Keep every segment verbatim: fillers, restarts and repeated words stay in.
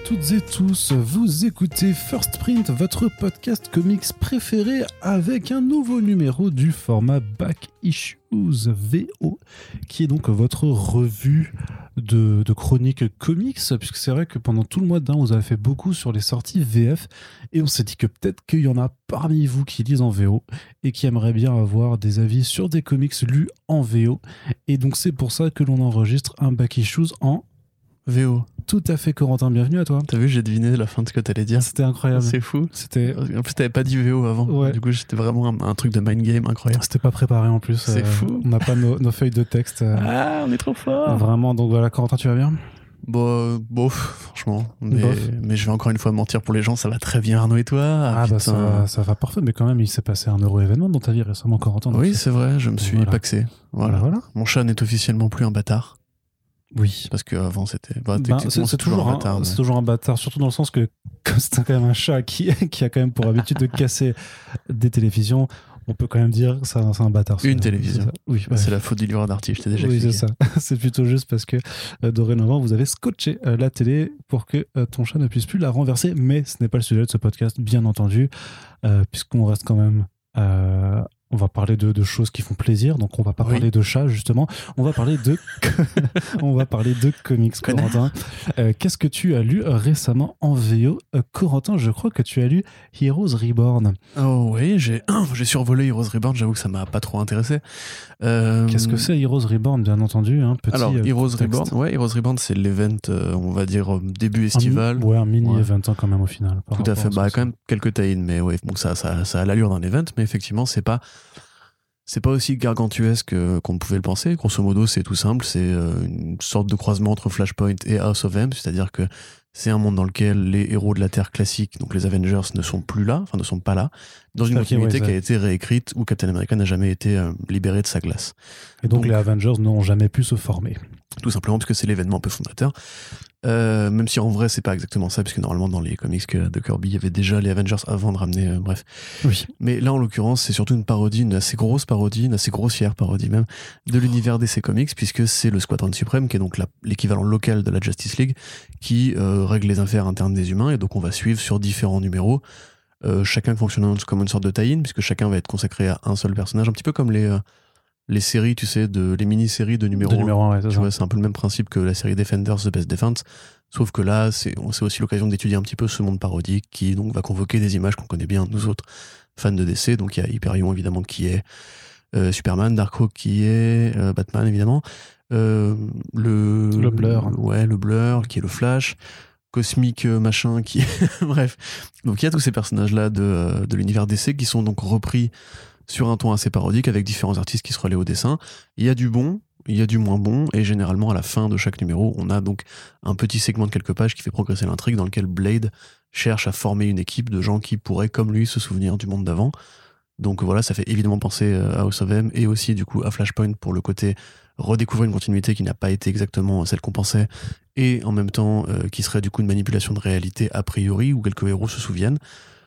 toutes et tous, vous écoutez First Print, votre podcast comics préféré avec un nouveau numéro du format Back Issues V O, qui est donc votre revue de, de chroniques comics, puisque c'est vrai que pendant tout le mois de juin, vous avez fait beaucoup sur les sorties V F, et on s'est dit que peut-être qu'il y en a parmi vous qui lisent en V O et qui aimeraient bien avoir des avis sur des comics lus en V O, et donc c'est pour ça que l'on enregistre un Back Issues en V O. Tout à fait, Corentin, bienvenue à toi. T'as vu, j'ai deviné la fin de ce que t'allais dire. C'était incroyable. C'est fou. C'était... En plus, t'avais pas dit V O avant. Ouais. Du coup, c'était vraiment un, un truc de mind game incroyable. C'était pas préparé en plus. C'est euh, fou. On n'a pas nos, nos feuilles de texte. Euh, ah, on est trop fort. Vraiment, donc voilà, Corentin, tu vas bien ? Bon, euh, bof, franchement. Mais, Bof. mais je vais encore une fois mentir pour les gens, ça va très bien, Arnaud et toi. Ah, Ah bah ça, va- ça va parfait, mais quand même, il s'est passé un euro événement dans ta vie récemment, Corentin. donc Oui, c'est- c'est vrai, je me suis Voilà. paxé. Voilà. Voilà. Mon chat n'est officiellement plus un bâtard. Oui. Parce qu'avant, c'était. Bah, Ben, techniquement, c'est, c'est, toujours un, bâtard. c'est mais- toujours un bâtard, surtout dans le sens que comme c'est quand même un chat qui, qui a quand même pour habitude de casser des télévisions, on peut quand même dire que c'est un, c'est un bâtard. Une c'est- télévision. c'est ça. Oui, Bah, ouais. c'est la faute d'Iliora Darty, je t'ai déjà Oui, c'est expliqué. ça. C'est plutôt juste parce que euh, dorénavant, vous avez scotché euh, la télé pour que euh, ton chat ne puisse plus la renverser. Mais ce n'est pas le sujet de ce podcast, bien entendu, euh, puisqu'on reste quand même. Euh, on va parler de, de choses qui font plaisir, donc on va pas Oui. parler de chats justement. On va parler de, on va parler de comics. Connard. Corentin, Euh, qu'est-ce que tu as lu euh, récemment en V O Euh, Corentin, je crois que tu as lu Heroes Reborn. Oh oui, j'ai, j'ai survolé Heroes Reborn, j'avoue que ça m'a pas trop intéressé. Euh, Qu'est-ce que c'est Heroes Reborn, bien entendu, hein, petit. Alors, euh, Heroes contexte. Reborn, ouais, Heroes Reborn, c'est l'event, euh, on va dire, euh, début estival. Un, mi- ouais, un mini Ouais. event hein, quand même au final. par Tout à rapport fait, ce bah que quand même quelques tie-in, mais ouais, donc ça, ça, ça a l'allure d'un event, mais effectivement, c'est pas, c'est pas aussi gargantuesque euh, qu'on pouvait le penser. Grosso modo, c'est tout simple, c'est euh, une sorte de croisement entre Flashpoint et House of M, c'est-à-dire que c'est un monde dans lequel les héros de la Terre classique, donc les Avengers, ne sont plus là, enfin ne sont pas là, dans une Ok, continuité ouais, ça- qui a été réécrite où Captain America n'a jamais été euh, libéré de sa glace. Et donc, Donc- les Avengers n'ont jamais pu se former. Tout simplement parce que c'est l'événement un peu fondateur. Euh, même si en vrai c'est pas exactement ça, puisque normalement dans les comics que- de Kirby, il y avait déjà les Avengers avant de ramener, euh, bref. Oui. Mais là en l'occurrence c'est surtout une parodie, une assez grosse parodie, une assez grossière parodie même, de l'univers D C Comics, puisque c'est le Squadron Suprême, qui est donc la- l'équivalent local de la Justice League, qui euh, règle les affaires internes des humains, et donc on va suivre sur différents numéros, euh, chacun fonctionnant comme une sorte de tie-in, puisque chacun va être consacré à un seul personnage, un petit peu comme les... euh, les séries, tu sais, de, les mini-séries de numéro De numéro un, ouais, c'est tu ça. vois, c'est un peu le même principe que la série Defenders, The Best Defense, sauf que là, c'est, c'est aussi l'occasion d'étudier un petit peu ce monde parodique qui donc va convoquer des images qu'on connaît bien, nous autres fans de D C. Donc il y a Hyperion, évidemment, qui est euh, Superman, Darkhawk, qui est euh, Batman, évidemment, euh, le... Le Blur. Ouais, le Blur, qui est le Flash, Cosmic euh, machin, qui est... Bref. Donc il y a tous ces personnages-là de, euh, de l'univers D C qui sont donc repris sur un ton assez parodique avec différents artistes qui se relaient au dessin. Il y a du bon, il y a du moins bon, et généralement à la fin de chaque numéro, on a donc un petit segment de quelques pages qui fait progresser l'intrigue, dans lequel Blade cherche à former une équipe de gens qui pourraient, comme lui, se souvenir du monde d'avant. Donc voilà, ça fait évidemment penser à House of M, et aussi du coup à Flashpoint pour le côté redécouvrir une continuité qui n'a pas été exactement celle qu'on pensait, et en même temps euh, qui serait du coup une manipulation de réalité a priori, où quelques héros se souviennent.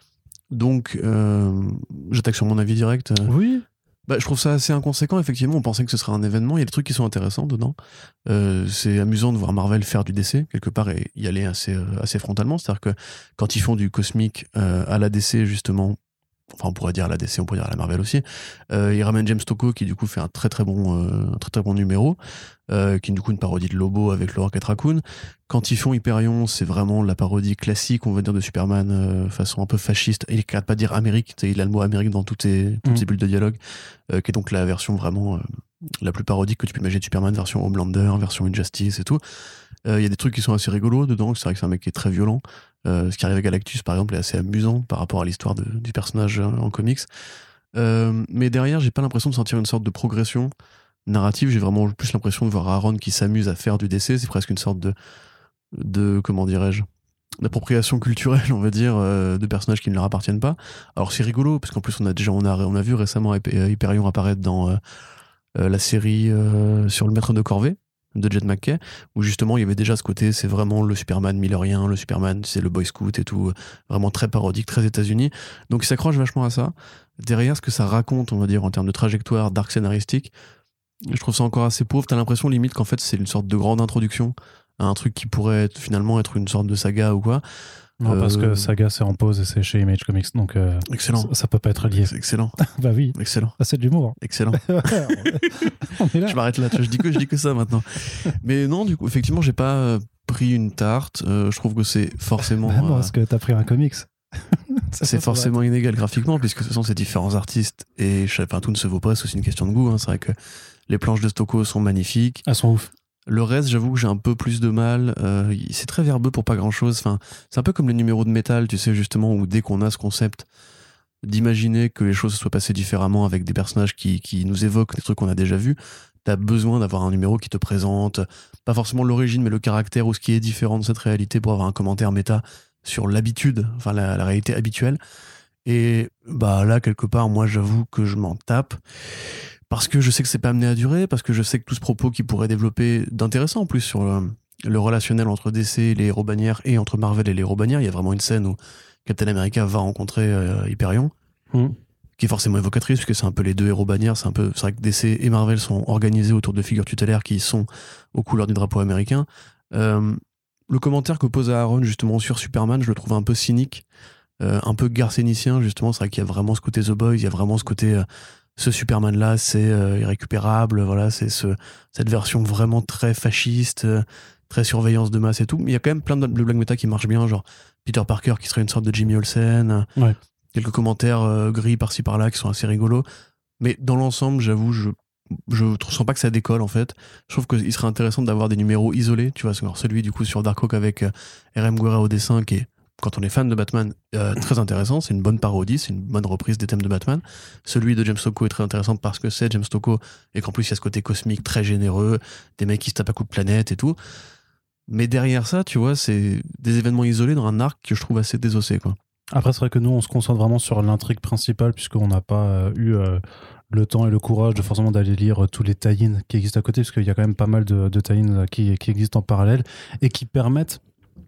Donc, euh, j'attaque sur mon avis direct. Oui. Bah, je trouve ça assez inconséquent, effectivement. On pensait que ce serait un événement. Il y a des trucs qui sont intéressants dedans. Euh, c'est amusant de voir Marvel faire du D C, quelque part, et y aller assez, euh, assez frontalement. C'est-à-dire que quand ils font du cosmique euh, à la D C, justement, enfin, on pourrait dire à la D C, on pourrait dire à la Marvel aussi, euh, ils ramènent James Tocco, qui du coup fait un très très bon, euh, un très, très bon numéro, euh, qui est du coup une parodie de Lobo avec Laura Cat Raccoon. Quand ils font Hyperion, c'est vraiment la parodie classique, on va dire, de Superman, euh, façon un peu fasciste. Il n'arrête pas de dire Amérique, tu sais, il a le mot Amérique dans toutes ses, toutes Mm. ses bulles de dialogue, euh, qui est donc la version vraiment euh, la plus parodique que tu peux imaginer de Superman, version Homelander, version Injustice et tout. Il euh, y a des trucs qui sont assez rigolos dedans, c'est vrai que c'est un mec qui est très violent. Euh, ce qui arrive à Galactus, par exemple, est assez amusant par rapport à l'histoire de, du personnage euh, en comics. Euh, mais derrière, j'ai pas l'impression de sentir une sorte de progression narrative. J'ai vraiment plus l'impression de voir Aaron qui s'amuse à faire du D C. C'est presque une sorte de, de comment dirais-je, d'appropriation culturelle, on va dire, euh, de personnages qui ne leur appartiennent pas. Alors c'est rigolo parce qu'en plus on a déjà on a on a vu récemment Hyper- Hyperion apparaître dans euh, euh, la série euh, sur le Maître de Corvée de Jed McKay, où justement il y avait déjà ce côté, c'est vraiment le Superman millerien, le Superman, c'est le Boy Scout et tout, vraiment très parodique, très États-Unis. Donc il s'accroche vachement à ça. Derrière, ce que ça raconte, on va dire, en termes de trajectoire, d'arc scénaristique, je trouve ça encore assez pauvre. T'as l'impression limite qu'en fait c'est une sorte de grande introduction à un truc qui pourrait être, finalement être une sorte de saga ou quoi. Non, euh... parce que Saga c'est en pause et c'est chez Image Comics, donc euh, excellent. Ça, ça peut pas être lié. C'est excellent. Bah oui. Excellent. Ah, c'est de l'humour. Excellent. On est là. Je m'arrête là, tu vois, je dis que je dis que ça maintenant. Mais non, du coup, effectivement, j'ai pas pris une tarte. Euh, je trouve que c'est forcément. Bah non, euh... parce que t'as pris un comics. c'est forcément inégal graphiquement, puisque ce sont ces différents artistes et enfin, tout ne se vaut pas, c'est aussi une question de goût. Hein. C'est vrai que les planches de Stocco sont magnifiques. Elles sont ouf. Le reste, j'avoue que j'ai un peu plus de mal. Euh, c'est très verbeux pour pas grand chose. Enfin, c'est un peu comme les numéros de métal, tu sais, justement, où dès qu'on a ce concept d'imaginer que les choses se soient passées différemment avec des personnages qui, qui nous évoquent des trucs qu'on a déjà vus, t'as besoin d'avoir un numéro qui te présente, pas forcément l'origine, mais le caractère ou ce qui est différent de cette réalité pour avoir un commentaire méta sur l'habitude, enfin la, la réalité habituelle. Et bah là, quelque part, moi, j'avoue que je m'en tape. Parce que je sais que c'est pas amené à durer, parce que je sais que tout ce propos qui pourrait développer d'intéressant en plus sur le, le relationnel entre D C et les héros bannières et entre Marvel et les héros bannières. Il y a vraiment une scène où Captain America va rencontrer euh, Hyperion, mmh. qui est forcément évocatrice, puisque c'est un peu les deux héros bannières. C'est un peu, c'est vrai que D C et Marvel sont organisés autour de figures tutélaires qui sont aux couleurs du drapeau américain. Euh, le commentaire que pose Aaron justement sur Superman, je le trouve un peu cynique, euh, un peu garcénicien justement. C'est vrai qu'il y a vraiment ce côté The Boys, il y a vraiment ce côté... Euh, ce Superman-là, c'est euh, irrécupérable, voilà, c'est ce, cette version vraiment très fasciste, euh, très surveillance de masse et tout. Mais il y a quand même plein de, de blagues méta qui marchent bien, genre Peter Parker qui serait une sorte de Jimmy Olsen, ouais. quelques commentaires euh, gris par-ci par-là qui sont assez rigolos. Mais dans l'ensemble, j'avoue, je je ne sens pas que ça décolle en fait. Je trouve qu'il serait intéressant d'avoir des numéros isolés, tu vois, genre celui du coup sur Darkhawk avec euh, R M Guerra au dessin qui est, quand on est fan de Batman, euh, très intéressant, c'est une bonne parodie, c'est une bonne reprise des thèmes de Batman. Celui de James Stocco est très intéressant parce que c'est James Stocco et qu'en plus il y a ce côté cosmique très généreux, des mecs qui se tapent à coups de planète et tout. Mais derrière ça, tu vois, c'est des événements isolés dans un arc que je trouve assez désossé, quoi. Après, c'est vrai que nous, on se concentre vraiment sur l'intrigue principale puisqu'on n'a pas euh, eu euh, le temps et le courage de forcément d'aller lire euh, tous les tie-ins qui existent à côté, parce qu'il y a quand même pas mal de, de tie-ins euh, qui, qui existent en parallèle et qui permettent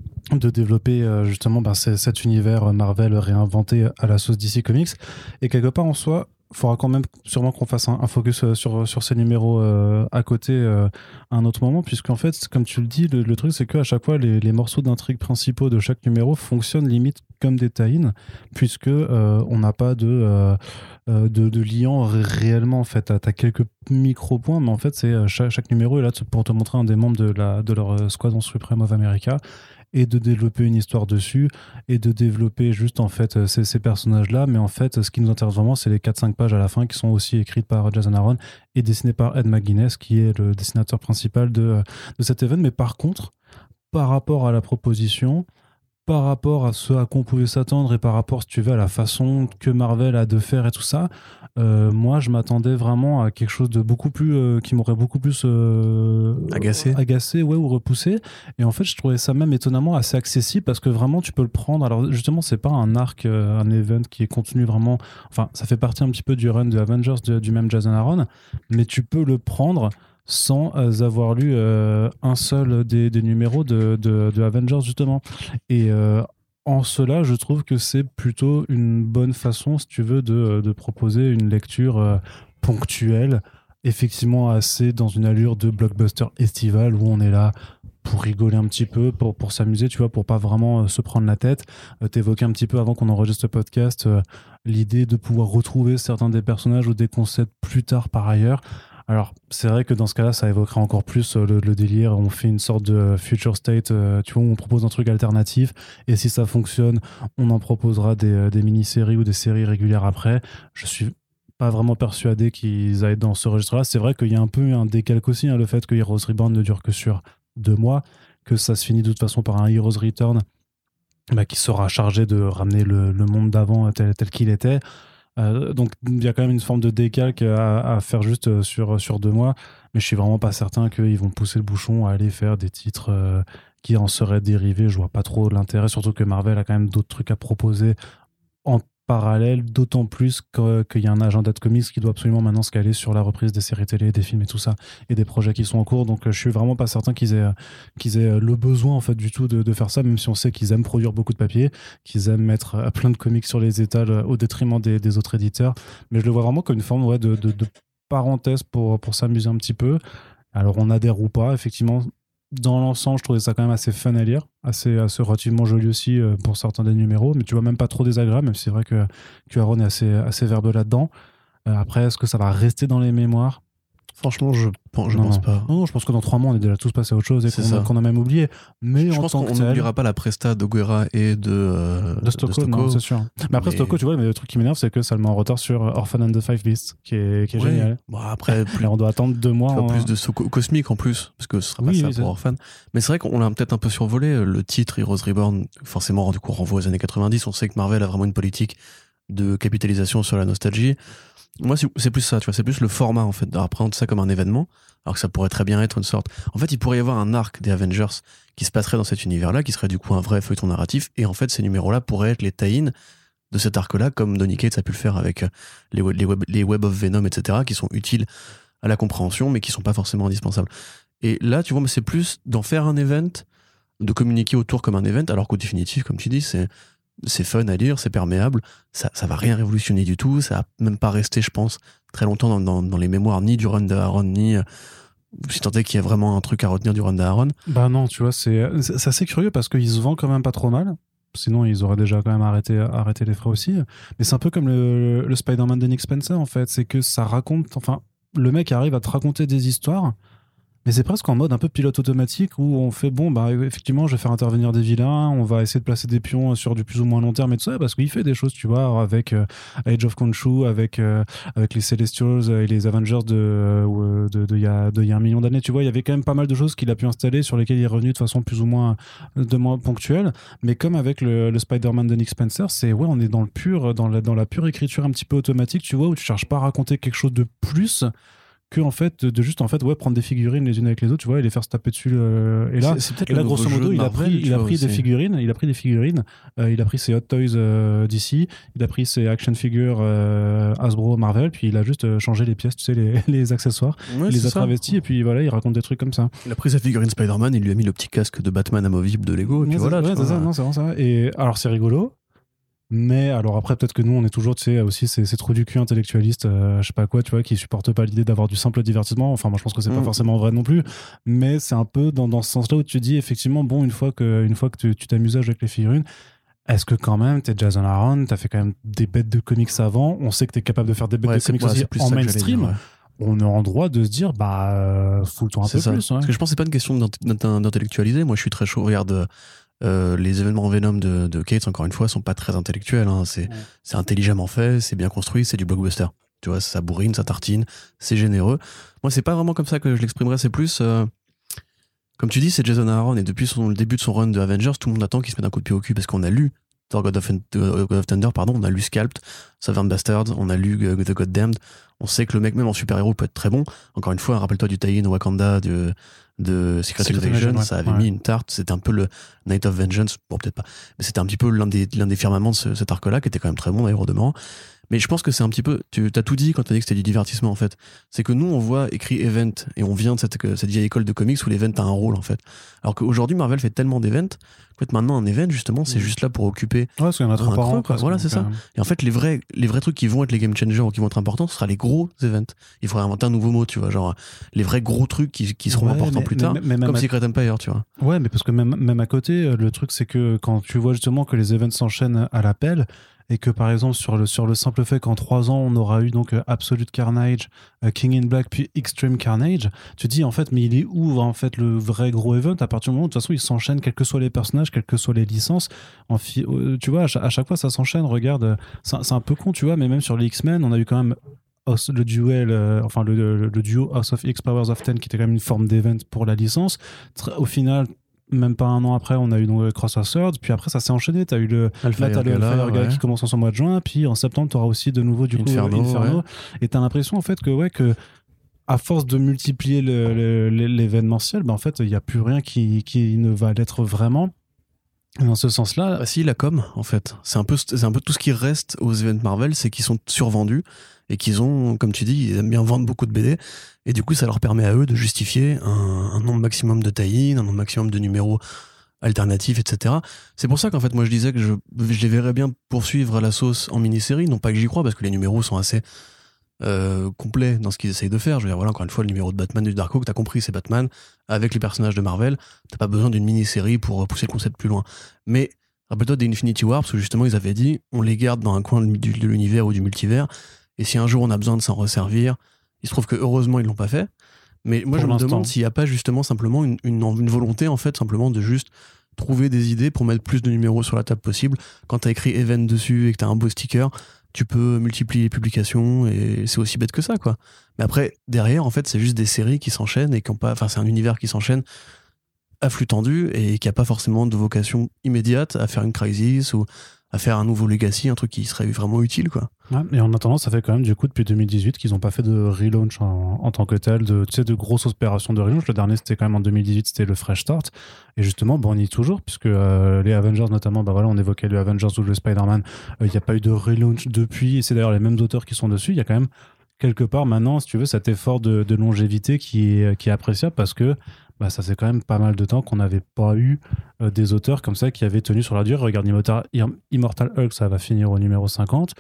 de développer euh, justement ben, c- cet univers Marvel réinventé à la sauce D C Comics. Et quelque part en soi, il faudra quand même sûrement qu'on fasse un, un focus euh, sur, sur ces numéros euh, à côté euh, à un autre moment, puisqu'en fait, comme tu le dis, le, le truc c'est qu'à chaque fois, les, les morceaux d'intrigue principaux de chaque numéro fonctionnent limite comme des tie-ins, puisque euh, on n'a pas de, euh, de, de liant ré- réellement en fait. T'as, t'as quelques micro-points, mais en fait, c'est, chaque, chaque numéro est là pour te montrer un des membres de, la, de leur Squadron Supreme of America, et de développer une histoire dessus et de développer juste en fait ces, ces personnages-là. Mais en fait, ce qui nous intéresse vraiment, c'est les quatre cinq pages à la fin qui sont aussi écrites par Jason Aaron et dessinées par Ed McGuinness, qui est le dessinateur principal de, de cet événement. Mais par contre, par rapport à la proposition, par rapport à ce à quoi on pouvait s'attendre et par rapport, si tu veux, à la façon que Marvel a de faire et tout ça, euh, moi, je m'attendais vraiment à quelque chose de beaucoup plus... Euh, qui m'aurait beaucoup plus... Euh, agacé. Agacé, ouais, ou repoussé. Et en fait, je trouvais ça même étonnamment assez accessible parce que vraiment, tu peux le prendre... Alors, justement, c'est pas un arc, euh, un event qui est contenu vraiment... Enfin, ça fait partie un petit peu du run de Avengers de, du même Jason Aaron, mais tu peux le prendre sans euh, avoir lu euh, un seul des, des numéros de, de, de Avengers, justement. Et euh, en cela, je trouve que c'est plutôt une bonne façon, si tu veux, de, de proposer une lecture euh, ponctuelle, effectivement assez dans une allure de blockbuster estival, où on est là pour rigoler un petit peu, pour, pour s'amuser, tu vois, pour pas vraiment euh, se prendre la tête. Euh, t'évoquais un petit peu, avant qu'on enregistre le podcast, euh, l'idée de pouvoir retrouver certains des personnages ou des concepts plus tard par ailleurs. Alors, c'est vrai que dans ce cas-là, ça évoquera encore plus euh, le, le délire. On fait une sorte de future state, euh, tu vois, où on propose un truc alternatif. Et si ça fonctionne, on en proposera des, euh, des mini-séries ou des séries régulières après. Je suis pas vraiment persuadé qu'ils aillent dans ce registre-là. C'est vrai qu'il y a un peu un décalque aussi, hein, le fait que Heroes Reborn ne dure que sur deux mois, que ça se finit de toute façon par un Heroes Return bah, qui sera chargé de ramener le, le monde d'avant tel, tel qu'il était. Euh, donc il y a quand même une forme de décalque à, à faire juste sur, sur deux mois, mais je suis vraiment pas certain qu'ils vont pousser le bouchon à aller faire des titres euh, qui en seraient dérivés. Je vois pas trop l'intérêt, surtout que Marvel a quand même d'autres trucs à proposer en parallèle, d'autant plus que, qu'il y a un agenda de comics qui doit absolument maintenant se caler sur la reprise des séries télé, des films et tout ça, et des projets qui sont en cours. Donc je suis vraiment pas certain qu'ils aient, qu'ils aient le besoin en fait du tout de, de faire ça, même si on sait qu'ils aiment produire beaucoup de papier, qu'ils aiment mettre plein de comics sur les étals au détriment des, des autres éditeurs. Mais je le vois vraiment comme une forme ouais, de, de, de parenthèse pour, pour s'amuser un petit peu. Alors on adhère ou pas, effectivement. dans l'ensemble, je trouvais ça quand même assez fun à lire, assez, assez relativement joli aussi euh, pour certains des numéros, mais tu vois, même pas trop désagréable, même si c'est vrai que, que Aaron est assez, assez verbeux là-dedans. Euh, après, est-ce que ça va rester dans les mémoires ? Franchement, je, pense- je non, pense non. pas. Non, je pense que dans trois mois, on est déjà tous passés à autre chose et C'est qu'on, ça. qu'on a même oublié. Mais Je en pense tant qu'on que tel, n'oubliera pas la presta d'Oguera et de, euh, de Stocco, non, c'est sûr. Mais après, Mais- Stocco, tu vois, mais le truc qui m'énerve, c'est que ça le met en retard sur Orphan and the Five Beasts, qui est, qui est Ouais. génial. Bon, après, Et on doit attendre deux mois. tu vois, en- plus de Soko cosmique en plus, parce que ce sera pas Oui, ça oui, c'est- pour Orphan. Mais c'est vrai qu'on l'a peut-être un peu survolé. Le titre Heroes Reborn, forcément, du coup, renvoie aux années quatre-vingt-dix. On sait que Marvel a vraiment une politique de capitalisation sur la nostalgie. Moi, c'est c'est plus ça, tu vois, c'est plus le format, en fait, d'apprendre ça comme un événement, alors que ça pourrait très bien être une sorte. En fait, il pourrait y avoir un arc des Avengers qui se passerait dans cet univers-là, qui serait du coup un vrai feuilleton narratif, et en fait, ces numéros-là pourraient être les tie-in de cet arc-là, comme Donny Cates a pu le faire avec euh, les, we- les, web, les Web of Venom, et cetera, qui sont utiles à la compréhension, mais qui sont pas forcément indispensables. Et là, tu vois, c'est plus d'en faire un event, de communiquer autour comme un event, alors qu'au définitif, comme tu dis, c'est c'est fun à lire, c'est perméable, ça, ça va rien révolutionner du tout, ça va même pas rester, je pense, très longtemps dans, dans, dans les mémoires ni du run de Aaron, ni euh, si tant est qu'il y a vraiment un truc à retenir du run d'Aaron. Bah non, tu vois, c'est, c'est c'est assez curieux parce qu'il se vend quand même pas trop mal. Sinon, ils auraient déjà quand même arrêté, arrêté les frais aussi. Mais c'est un peu comme le, le Spider-Man de Nick Spencer, en fait. C'est que ça raconte... Enfin, le mec arrive à te raconter des histoires, mais c'est presque en mode un peu pilote automatique où on fait, bon, bah effectivement, je vais faire intervenir des vilains, on va essayer de placer des pions sur du plus ou moins long terme et tout ça, parce qu'il fait des choses, tu vois, avec euh, Age of Khonshu, avec, euh, avec les Celestials et les Avengers de, euh, de, de, il y a, de il y a un million d'années, tu vois, il y avait quand même pas mal de choses qu'il a pu installer sur lesquelles il est revenu de façon plus ou moins, de moins ponctuelle, mais comme avec le, le Spider-Man de Nick Spencer, c'est, ouais, on est dans le pur, dans la, dans la pure écriture un petit peu automatique, tu vois, où tu cherches pas à raconter quelque chose de plus que en fait de, de juste en fait ouais prendre des figurines les unes avec les autres, tu vois, et les faire se taper dessus euh, et là C'est- c'est peut-être et là le grosso nouveau modo jeu de il a Marvel, pris tu il a vois, pris des aussi. figurines il a pris des figurines euh, il a pris ses Hot Toys euh, D C, il a pris ses action figures euh, Hasbro Marvel, puis il a juste euh, changé les pièces, tu sais, les, les accessoires, Ouais, il les c'est a ça. travestis et puis voilà, il raconte des trucs comme ça. Il a pris sa figurine Spider-Man, il lui a mis le petit casque de Batman amovible de Lego, et puis Ouais, voilà. c'est, tu ouais, c'est vois. ça, non, c'est vraiment ça. Et alors c'est rigolo. Mais alors après, peut-être que nous, on est toujours, tu sais, aussi ces, ces trous du cul intellectualistes, euh, je sais pas quoi, tu vois, qui supportent pas l'idée d'avoir du simple divertissement. Enfin, moi, je pense que c'est pas Mm. forcément vrai non plus. Mais c'est un peu dans, dans ce sens-là où tu dis, effectivement, bon, une fois que, une fois que tu, tu t'amuses avec les figurines, est-ce que quand même, t'es Jason Aaron, t'as fait quand même des bêtes de comics avant, on sait que t'es capable de faire des bêtes Ouais, de c'est comics ouais, aussi c'est plus en ça que j'allais mainstream, dire, ouais. on est en droit de se dire, bah, euh, fous-le-toi un C'est peu ça. plus. Ouais. Parce que je pense que c'est pas une question d'int- d'int- d'intellectualiser. Moi, je suis très chaud. Regarde, euh, les événements Venom de, de Cates, encore une fois, sont pas très intellectuels. Hein. C'est, Ouais. c'est intelligemment fait, c'est bien construit, c'est du blockbuster. Tu vois, ça bourrine, ça tartine, c'est généreux. Moi, c'est pas vraiment comme ça que je l'exprimerais. C'est plus, euh, comme tu dis, c'est Jason Aaron. Et depuis son, le début de son run de Avengers, tout le monde attend qu'il se mette un coup de pied au cul parce qu'on a lu Thor God of, euh, God of Thunder, pardon, on a lu Sculpt, Southern Bastards, on a lu euh, The Goddamned. On sait que le mec, même en super-héros, peut être très bon. Encore une fois, rappelle-toi du tie-in Wakanda de, de Secret, Secret Invasion, Invasion, ouais. ça avait Ouais. mis une tarte. C'était un peu le Night of Vengeance, bon, peut-être pas, mais c'était un petit peu l'un des, l'un des firmaments de ce- cet arc-là, qui était quand même très bon d'ailleurs au demeurant. Mais je pense que c'est un petit peu, tu as tout dit quand tu as dit que c'était du divertissement en fait. C'est que nous on voit écrit event et on vient de cette, cette vieille école de comics où l'event a un rôle en fait. Alors qu'aujourd'hui Marvel fait tellement d'events qu'en fait maintenant un event justement c'est Mhm. juste là pour occuper. Ouais, parce qu'il y en a trop Un par creux, an. quoi. presque, Voilà, donc, c'est ça. euh, Et en fait les vrais, les vrais trucs qui vont être les game changers ou qui vont être importants ce sera les gros events. Il faudrait inventer un nouveau mot, tu vois, genre les vrais gros trucs qui, qui seront Ouais, importants mais- plus mais- tard, mais- mais même comme à- Secret Empire, tu vois. Ouais, mais parce que même, même à côté, euh, le truc, c'est que quand tu vois justement que les events s'enchaînent à l'appel, et que par exemple, sur le, sur le simple fait qu'en trois ans, on aura eu donc euh, Absolute Carnage, euh, King in Black, puis Extreme Carnage, tu te dis en fait, mais il est où en fait le vrai gros event à partir du moment où de toute façon, ils s'enchaînent, quels que soient les personnages, quelles que soient les licences. En fi- euh, tu vois, à chaque, à chaque fois, ça s'enchaîne. Regarde, euh, c'est un- c'est un peu con, tu vois, mais même sur les X-Men, on a eu quand même House- le duel, euh, enfin le, le, le duo House of X, Powers of Ten, qui était quand même une forme d'event pour la licence. Tr- Au final, même pas un an après, on a eu donc Cross of Swords, puis après ça s'est enchaîné. T'as eu le, Alpha là, t'as le Gala, Hellfire Gala ouais. qui commence en ce mois de juin, puis en septembre, t'auras aussi de nouveau du coup Inferno, Inferno. ouais. Et t'as l'impression en fait que ouais que à force de multiplier le- le- le- l'événementiel, ben en fait, il n'y a plus rien qui, qui ne va l'être vraiment. Et dans ce sens-là, Bah si, la com, en fait. C'est un peu, c'est un peu tout ce qui reste aux events Marvel, c'est qu'ils sont survendus et qu'ils ont, comme tu dis, ils aiment bien vendre beaucoup de B D. Et du coup, ça leur permet à eux de justifier un, un nombre maximum de tie-in, un nombre maximum de numéros alternatifs, et cetera. C'est pour ça qu'en fait, moi, je disais que je, je les verrais bien poursuivre à la sauce en mini-série. Non pas que j'y crois, parce que les numéros sont assez euh, complet dans ce qu'ils essayent de faire. Je veux dire, voilà, encore une fois, le numéro de Batman du Dark Hawk, t'as compris, c'est Batman avec les personnages de Marvel. T'as pas besoin d'une mini-série pour pousser le concept plus loin. Mais rappelle-toi des Infinity War, parce que justement, ils avaient dit, on les garde dans un coin de, de l'univers ou du multivers, et si un jour on a besoin de s'en resservir, il se trouve que heureusement ils l'ont pas fait. Mais moi, Pour je me l'instant. demande s'il n'y a pas justement simplement une, une, une volonté, en fait, simplement de juste trouver des idées pour mettre plus de numéros sur la table possible. Quand t'as écrit Event dessus et que t'as un beau sticker, tu peux multiplier les publications et c'est aussi bête que ça, quoi. Mais après, derrière, en fait, c'est juste des séries qui s'enchaînent et qui ont pas, enfin, c'est un univers qui s'enchaîne à flux tendu et qui a pas forcément de vocation immédiate à faire une Crisis ou à faire un nouveau Legacy, un truc qui serait vraiment utile, quoi. Ouais, et en attendant, ça fait quand même du coup depuis deux mille dix-huit qu'ils n'ont pas fait de relaunch en, en tant que tel, de, tu sais, de grosses opérations de relaunch. Le dernier, c'était quand même en deux mille dix-huit, c'était le Fresh Start. Et justement, bon, on y est toujours, puisque euh, les Avengers, notamment, bah voilà, on évoquait le Avengers ou le Spider-Man, il n'y a pas eu de relaunch depuis, et c'est d'ailleurs les mêmes auteurs qui sont dessus. Il y a quand même quelque part maintenant, si tu veux, cet effort de, de longévité qui est, qui est appréciable parce que bah, ça fait quand même pas mal de temps qu'on n'avait pas eu euh, des auteurs comme ça qui avaient tenu sur la durée. Regarde, Immortal, Immortal Hulk, ça va finir au numéro cinquante.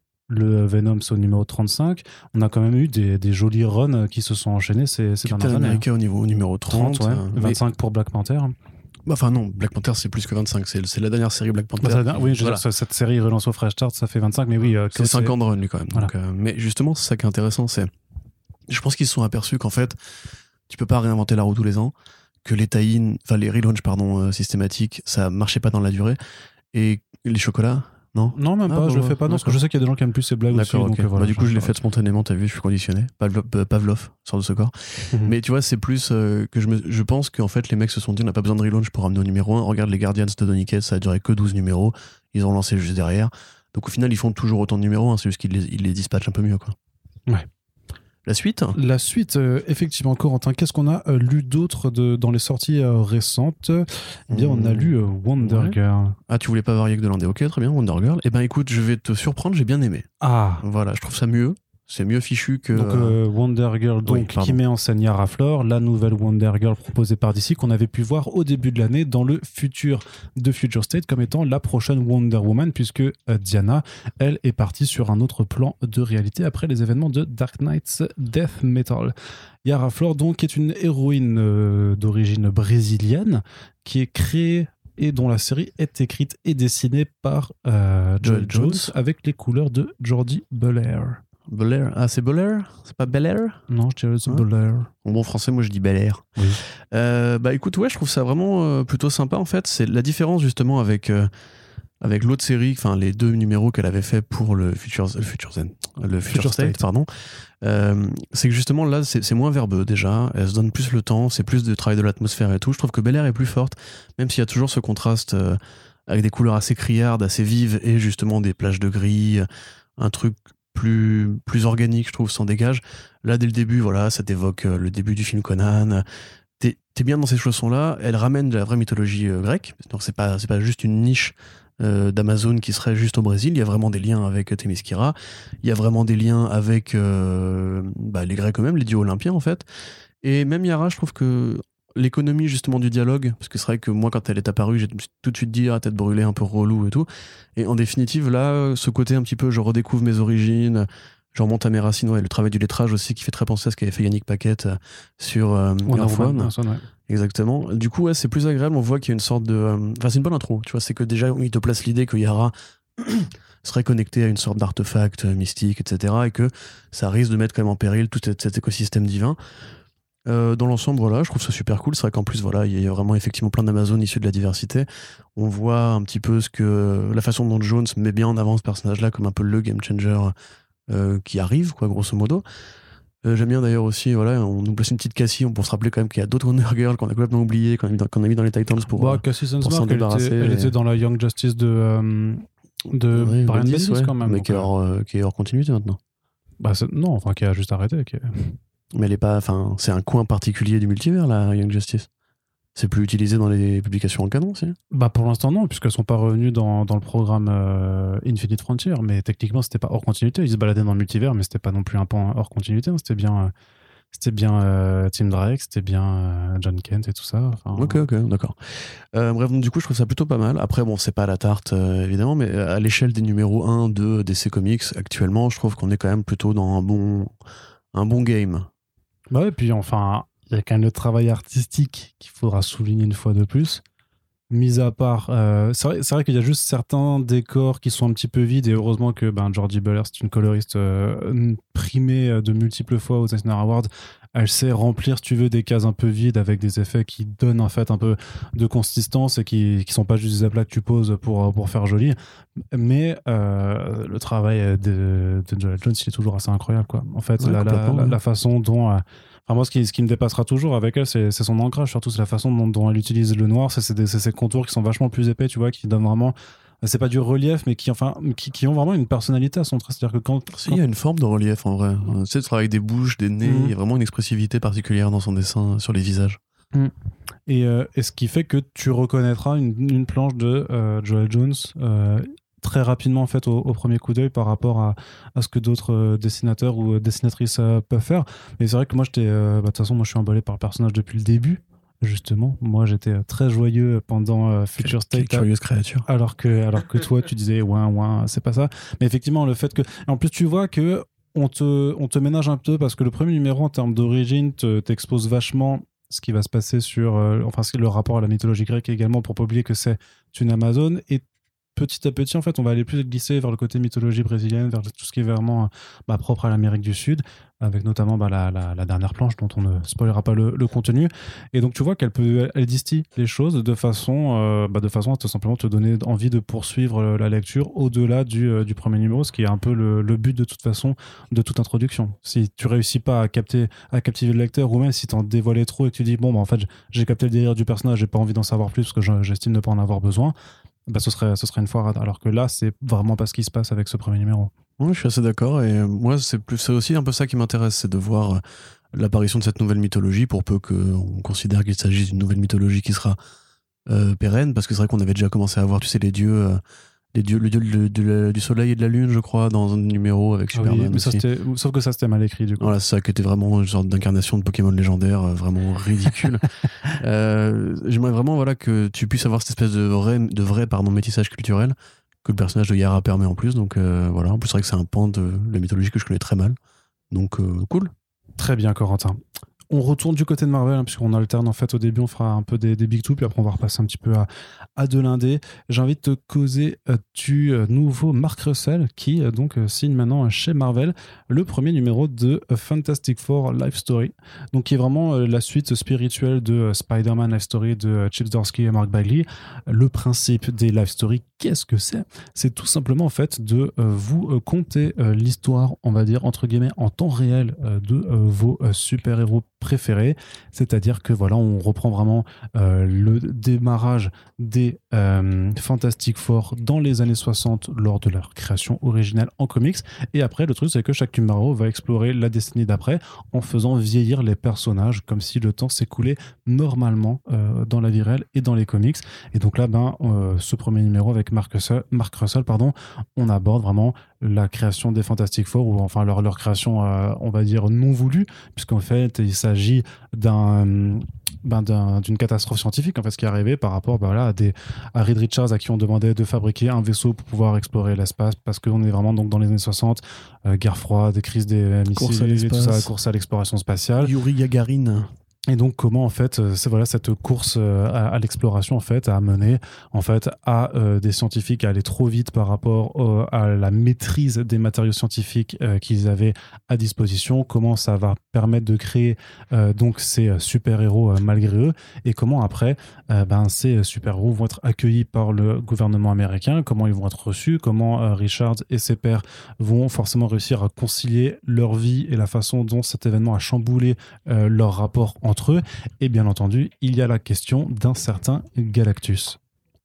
Le Venom, c'est au numéro trente-cinq. On a quand même eu des, des jolis runs qui se sont enchaînés ces, ces Captain dernières années. America au, niveau, au numéro trente. trente, ouais. euh, vingt-cinq mais... pour Black Panther. Bah, enfin non, Black Panther c'est plus que vingt-cinq, c'est, c'est la dernière série Black Panther. Bah, ça, oui, je veux voilà. dire, cette série relance au Fresh Start, ça fait vingt-cinq, mais oui. Euh, c'est cinq c'est... ans de run lui quand même. Voilà. Donc, euh, mais justement, c'est ça qui est intéressant, c'est... Je pense qu'ils se sont aperçus qu'en fait, tu peux pas réinventer la roue tous les ans, que les tie-in, enfin les relaunchs pardon, euh, systématiques, ça marchait pas dans la durée. Et les chocolats, non Non, même ah, pas, bon, je le fais pas, non, parce que je sais qu'il y a des gens qui aiment plus ces blagues aussi. D'accord, Donc, ok. euh, voilà, bah, du coup, je l'ai je- fait spontanément, t'as vu, je suis conditionné. Pavlov, euh, Pavlov sort de ce corps. Mhm. Mais tu vois, c'est plus euh, que je, me, je pense qu'en fait, les mecs se sont dit, on n'a pas besoin de relaunch pour ramener au numéro un. Regarde les Guardians de Donny Cates, ça a duré que douze numéros. Ils ont lancé juste derrière. Donc au final, ils font toujours autant de numéros, hein, c'est juste qu'ils les, ils les dispatchent un peu mieux, quoi. Ouais. La suite La suite, euh, effectivement, Corentin, qu'est-ce qu'on a euh, lu d'autre de, dans les sorties euh, récentes? Eh bien, on a Mmh. lu euh, Wonder Ouais. Girl. Ah, tu voulais pas varier que de l'indé. Ok, très bien, Wonder Girl. Eh ben écoute, je vais te surprendre, j'ai bien aimé. Ah, Voilà, je trouve ça mieux. C'est mieux fichu que... donc euh, Wonder Girl, donc, oui, pardon. qui met en scène Yara Flor, la nouvelle Wonder Girl proposée par D C qu'on avait pu voir au début de l'année dans le futur de Future State comme étant la prochaine Wonder Woman, puisque euh, Diana, elle, est partie sur un autre plan de réalité après les événements de Dark Knight's Death Metal. Yara Flor, donc, est une héroïne euh, d'origine brésilienne qui est créée et dont la série est écrite et dessinée par euh, Joel Joel Jones Jones. avec les couleurs de Jordi Belair. Bel Air. Ah, c'est Bel Air? C'est pas Bel Air? Non, je dirais c'est Hein Belair. En bon français, moi je dis Bel Air. Oui. Euh, bah écoute, ouais, je trouve ça vraiment euh, plutôt sympa en fait. C'est la différence justement avec, euh, avec l'autre série, enfin les deux numéros qu'elle avait fait pour le Future, le Future Zen, le Future, Future State, State. pardon. Euh, c'est que justement là, c'est, c'est moins verbeux déjà. Elle se donne plus le temps, c'est plus de travail de l'atmosphère et tout. Je trouve que Bel Air est plus forte, même s'il y a toujours ce contraste euh, avec des couleurs assez criardes, assez vives et justement des plages de gris, un truc plus, plus organique, je trouve, s'en dégage. Là, dès le début, voilà, ça t'évoque euh, le début du film Conan. T'es, t'es bien dans ces chaussons-là. Elle ramène de la vraie mythologie euh, grecque. Donc, c'est pas, c'est pas juste une niche euh, d'Amazon qui serait juste au Brésil. Il y a vraiment des liens avec Themyscira. Il y a vraiment des liens avec euh, bah, les Grecs eux-mêmes, les dieux olympiens, en fait. Et même Yara, je trouve que l'économie justement du dialogue, parce que c'est vrai que moi quand elle est apparue j'ai tout de suite dit ah tête brûlée un peu relou et tout, et en définitive là ce côté un petit peu je redécouvre mes origines, je remonte à mes racines, ouais, le travail du lettrage aussi qui fait très penser à ce qu'avait fait Yannick Paquette euh, sur euh, Wonder Earth Woman, One. Person, ouais. Exactement, du coup ouais, c'est plus agréable, on voit qu'il y a une sorte de euh, enfin c'est une bonne intro, tu vois, c'est que déjà il te place l'idée que Yara serait connecté à une sorte d'artefact mystique, etc., et que ça risque de mettre quand même en péril tout cet écosystème divin. Euh, dans l'ensemble, voilà, je trouve ça super cool. C'est vrai qu'en plus, voilà, il y a vraiment effectivement plein d'Amazones issus de la diversité. On voit un petit peu ce que la façon dont Jones met bien en avant ce personnage-là comme un peu le game changer euh, qui arrive, quoi, grosso modo. Euh, j'aime bien d'ailleurs aussi, voilà, on nous place une petite Cassie pour se rappeler quand même qu'il y a d'autres Wonder Girls qu'on a complètement oublié, qu'on a mis dans, qu'on a mis dans les Titans pour. Bah, euh, Cassie pour Sandsmark, s'en elle, était, débarrasser, elle et- était dans la Young Justice de, euh, de oui, Brian Bendis, Bendis ouais, quand même. mais donc, qui est, euh, hors, euh, qui est hors continuité maintenant. bah, c'est- non, enfin qui a juste arrêté. Qui est- Mais elle est pas, enfin, c'est un coin particulier du multivers, la Young Justice. C'est plus utilisé dans les publications en canon, si. Bah pour l'instant non, puisqu'elles sont pas revenues dans, dans le programme euh, Infinite Frontier, mais techniquement c'était pas hors continuité. Ils se baladaient dans le multivers, mais c'était pas non plus un point hors continuité. Hein. C'était bien, euh, c'était bien euh, Tim Drake, c'était bien euh, John Kent et tout ça. Enfin, Ok, ok, d'accord. Euh, bref, donc du coup, je trouve ça plutôt pas mal. Après, bon, c'est pas la tarte, euh, évidemment, mais à l'échelle des numéros un, deux D C Comics, actuellement, je trouve qu'on est quand même plutôt dans un bon, un bon game. Bah ouais, puis enfin, il y a quand même le travail artistique qu'il faudra souligner une fois de plus. Mis à part, euh, c'est vrai, c'est vrai qu'il y a juste certains décors qui sont un petit peu vides et heureusement que ben, Georgie Buller, c'est une coloriste euh, primée de multiples fois aux Eisner Awards. Elle sait remplir, si tu veux, des cases un peu vides avec des effets qui donnent en fait un peu de consistance et qui, qui sont pas juste des aplats que tu poses pour, pour faire joli. Mais euh, le travail de, de Joel Jones, il est toujours assez incroyable, quoi. En fait, Ouais, la, la, complètement, la, ouais. la façon dont... euh, Enfin, moi, ce qui, ce qui me dépassera toujours avec elle, c'est, c'est son ancrage. Surtout, c'est la façon dont, dont elle utilise le noir. C'est, c'est, des- c'est ses contours qui sont vachement plus épais, tu vois, qui donnent vraiment. C'est pas du relief, mais qui, enfin, qui, qui ont vraiment une personnalité à son trait. C'est-à-dire que quand. Si, quand- il y a une forme de relief en vrai. Euh, Tu sais, le travail des bouches, des nez, il Mhm. y a vraiment une expressivité particulière dans son dessin sur les visages. Mhm. Et, euh, et ce qui fait que tu reconnaîtras une, une planche de euh, Joel Jones euh, très rapidement, en fait, au, au premier coup d'œil par rapport à, à ce que d'autres euh, dessinateurs ou euh, dessinatrices euh, peuvent faire. Mais c'est vrai que moi, j'étais. euh, bah, de toute façon, moi, je suis emballé par le personnage depuis le début. Justement, moi j'étais euh, très joyeux pendant euh, Future Quelle State, curieuse créature. alors que, alors que toi tu disais ouin ouin, c'est pas ça. Mais effectivement, le fait que. En plus, tu vois que on te, on te ménage un peu parce que le premier numéro en termes d'origine te, t'expose vachement ce qui va se passer sur. euh, enfin, ce- le rapport à la mythologie grecque également, pour pas oublier que c'est une Amazone. Et petit à petit, en fait, on va aller plus glisser vers le côté mythologie brésilienne, vers tout ce qui est vraiment euh, bah, propre à l'Amérique du Sud, avec notamment bah, la, la, la dernière planche dont on ne spoilera pas le, le contenu. Et donc, tu vois qu'elle peut, elle distille les choses de façon, euh, bah, de façon à tout simplement te donner envie de poursuivre euh, la lecture au-delà du, euh, du premier numéro, ce qui est un peu le, le but de toute façon de toute introduction. Si tu réussis pas à capter, à captiver le lecteur, ou même si tu en dévoilais trop et que tu dis bon, bah, en fait, j'ai capté le délire du personnage, j'ai pas envie d'en savoir plus parce que je- j'estime ne pas en avoir besoin. Bah, ce serait, ce serait une foirade. Alors que là, c'est vraiment pas ce qui se passe avec ce premier numéro. Ouais, je suis assez d'accord. Et euh, moi, c'est plus, c'est aussi un peu ça qui m'intéresse, c'est de voir euh, l'apparition de cette nouvelle mythologie, pour peu qu'on considère qu'il s'agisse d'une nouvelle mythologie qui sera euh, pérenne, parce que c'est vrai qu'on avait déjà commencé à voir, tu sais, les dieux, euh, les dieux, le dieu de- de la- du soleil et de la lune, je crois, dans un numéro avec Ah oui, Superman mais ça, aussi. c'était, sauf que ça, c'était mal écrit, du coup. Voilà, c'est ça qui était vraiment une sorte d'incarnation de Pokémon légendaire, euh, vraiment ridicule. euh, j'aimerais vraiment voilà, que tu puisses avoir cette espèce de vrai, de vrai pardon, métissage culturel que le personnage de Yara permet en plus. Donc euh, voilà, en plus c'est vrai que c'est un pan de la mythologie que je connais très mal. Donc euh, cool. Très bien, Corentin. On retourne du côté de Marvel, hein, puisqu'on alterne en fait. Au début, on fera un peu des, des big two, puis après, on va repasser un petit peu à, à de l'indé. J'ai envie de te causer euh, du euh, nouveau Mark Russell, qui euh, donc euh, signe maintenant euh, chez Marvel le premier numéro de euh, Fantastic Four Life Story, donc qui est vraiment euh, la suite spirituelle de euh, Spider-Man Life Story de euh, Chip Zdarsky et Mark Bagley. Le principe des Life Story, qu'est-ce que c'est ? C'est tout simplement en fait de euh, vous euh, conter euh, l'histoire, on va dire entre guillemets en temps réel euh, de euh, vos euh, super-héros préférés. C'est-à-dire que voilà, on reprend vraiment euh, le démarrage des euh, Fantastic Four dans les années soixante lors de leur création originale en comics. Et après, le truc, c'est que chaque numéro va explorer la décennie d'après en faisant vieillir les personnages comme si le temps s'écoulait normalement euh, dans la vie réelle et dans les comics. Et donc là, ben, euh, ce premier numéro avec Mark Russell, Mark Russell pardon, on aborde vraiment la création des Fantastic Four, ou enfin leur, leur création, euh, on va dire, non voulue, puisqu'en fait, il s'agit d'un, ben, d'un, d'une catastrophe scientifique, en fait, ce qui est arrivé par rapport ben, voilà, à, des, à Reed Richards, à qui on demandait de fabriquer un vaisseau pour pouvoir explorer l'espace, parce qu'on est vraiment donc dans les années soixante, euh, guerre froide, crise des Course à missiles et tout ça, l'espace. course à l'exploration spatiale. Yuri Gagarin. Et donc comment en fait euh, c'est voilà cette course euh, à, à l'exploration en fait a mené en fait à euh, des scientifiques à aller trop vite par rapport euh, à la maîtrise des matériaux scientifiques euh, qu'ils avaient à disposition, comment ça va permettre de créer euh, donc ces euh, super-héros euh, malgré eux, et comment après euh, ben ces super-héros vont être accueillis par le gouvernement américain, comment ils vont être reçus, comment euh, Richards et ses pairs vont forcément réussir à concilier leur vie et la façon dont cet événement a chamboulé euh, leur rapport en entre eux, et bien entendu, il y a la question d'un certain Galactus.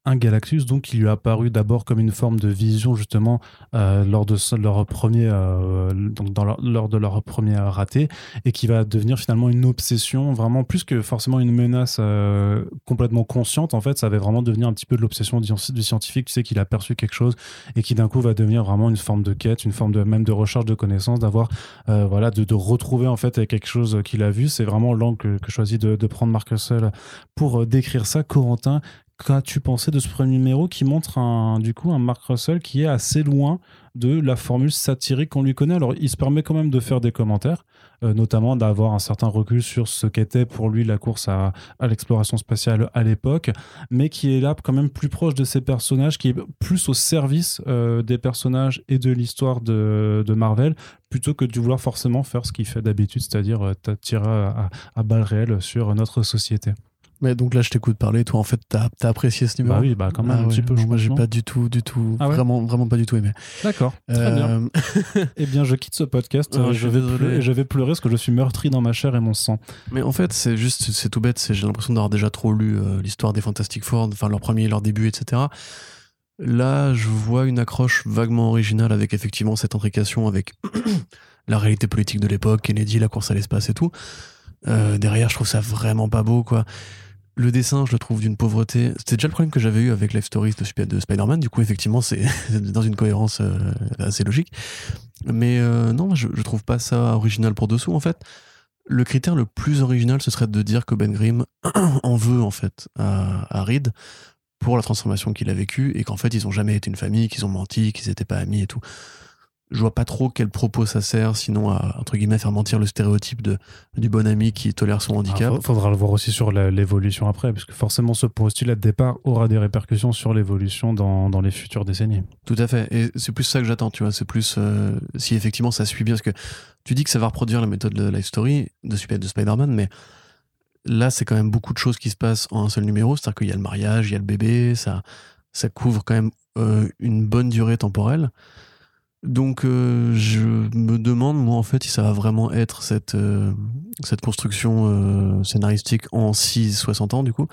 un Galactus donc qui lui a apparu d'abord comme une forme de vision justement euh, lors de leur premier euh, donc dans leur, lors de leur premier raté et qui va devenir finalement une obsession vraiment plus que forcément une menace euh, complètement consciente. En fait, ça va vraiment devenir un petit peu de l'obsession du, du scientifique, tu sais, qu'il a perçu quelque chose et qui d'un coup va devenir vraiment une forme de quête, une forme de même de recherche de connaissances, d'avoir euh, voilà de, de retrouver en fait quelque chose qu'il a vu. C'est vraiment l'angle que, que choisit de, de prendre Marc Russell pour euh, décrire ça. Corentin, qu'as-tu pensé de ce premier numéro qui montre un, du coup un Mark Russell qui est assez loin de la formule satirique qu'on lui connaît? Alors il se permet quand même de faire des commentaires, euh, notamment d'avoir un certain recul sur ce qu'était pour lui la course à, à l'exploration spatiale à l'époque, mais qui est là quand même plus proche de ses personnages, qui est plus au service euh, des personnages et de l'histoire de, de Marvel, plutôt que de vouloir forcément faire ce qu'il fait d'habitude, c'est-à-dire euh, tirer à, à balles réelles sur notre société. Mais donc là, je t'écoute parler. Toi, en fait, t'as, t'as apprécié ce numéro? Bah oui, bah quand même ah un ouais. petit peu. Non, moi, j'ai pas du tout, du tout, ah ouais vraiment, vraiment pas du tout aimé. D'accord, très euh... bien. Eh bien, je quitte ce podcast. Non, je, je, vais vais pleurer, je vais pleurer parce que je suis meurtri dans ma chair et mon sang. Mais en fait, c'est juste, c'est tout bête. C'est, j'ai l'impression d'avoir déjà trop lu euh, l'histoire des Fantastic Four, enfin leur premier, leur début, et cetera. Là, je vois une accroche vaguement originale avec effectivement cette intrication avec la réalité politique de l'époque, Kennedy, la course à l'espace et tout. Euh, derrière, je trouve ça vraiment pas beau, quoi. Le dessin, je le trouve d'une pauvreté. C'était déjà le problème que j'avais eu avec Life Stories de, de Spider-Man. Du coup, effectivement, c'est dans une cohérence euh, assez logique. Mais euh, non, je, je trouve pas ça original pour dessous, en fait. Le critère le plus original, ce serait de dire que Ben Grimm en veut, en fait, à, à Reed pour la transformation qu'il a vécue et qu'en fait, ils ont jamais été une famille, qu'ils ont menti, qu'ils étaient pas amis et tout. Je vois pas trop quel propos ça sert, sinon à, entre guillemets, faire mentir le stéréotype de, du bon ami qui tolère son handicap. Il faudra le voir aussi sur la, l'évolution après, parce que forcément ce postulat de départ aura des répercussions sur l'évolution dans, dans les futures décennies. Tout à fait, et c'est plus ça que j'attends, tu vois, c'est plus euh, si effectivement ça suit bien, parce que tu dis que ça va reproduire la méthode de Life Story de, de Spider-Man, mais là c'est quand même beaucoup de choses qui se passent en un seul numéro, c'est-à-dire qu'il y a le mariage, il y a le bébé, ça, ça couvre quand même euh, une bonne durée temporelle. Donc euh, je me demande, moi en fait, si ça va vraiment être cette, euh, cette construction euh, scénaristique en six soixante ans du coup.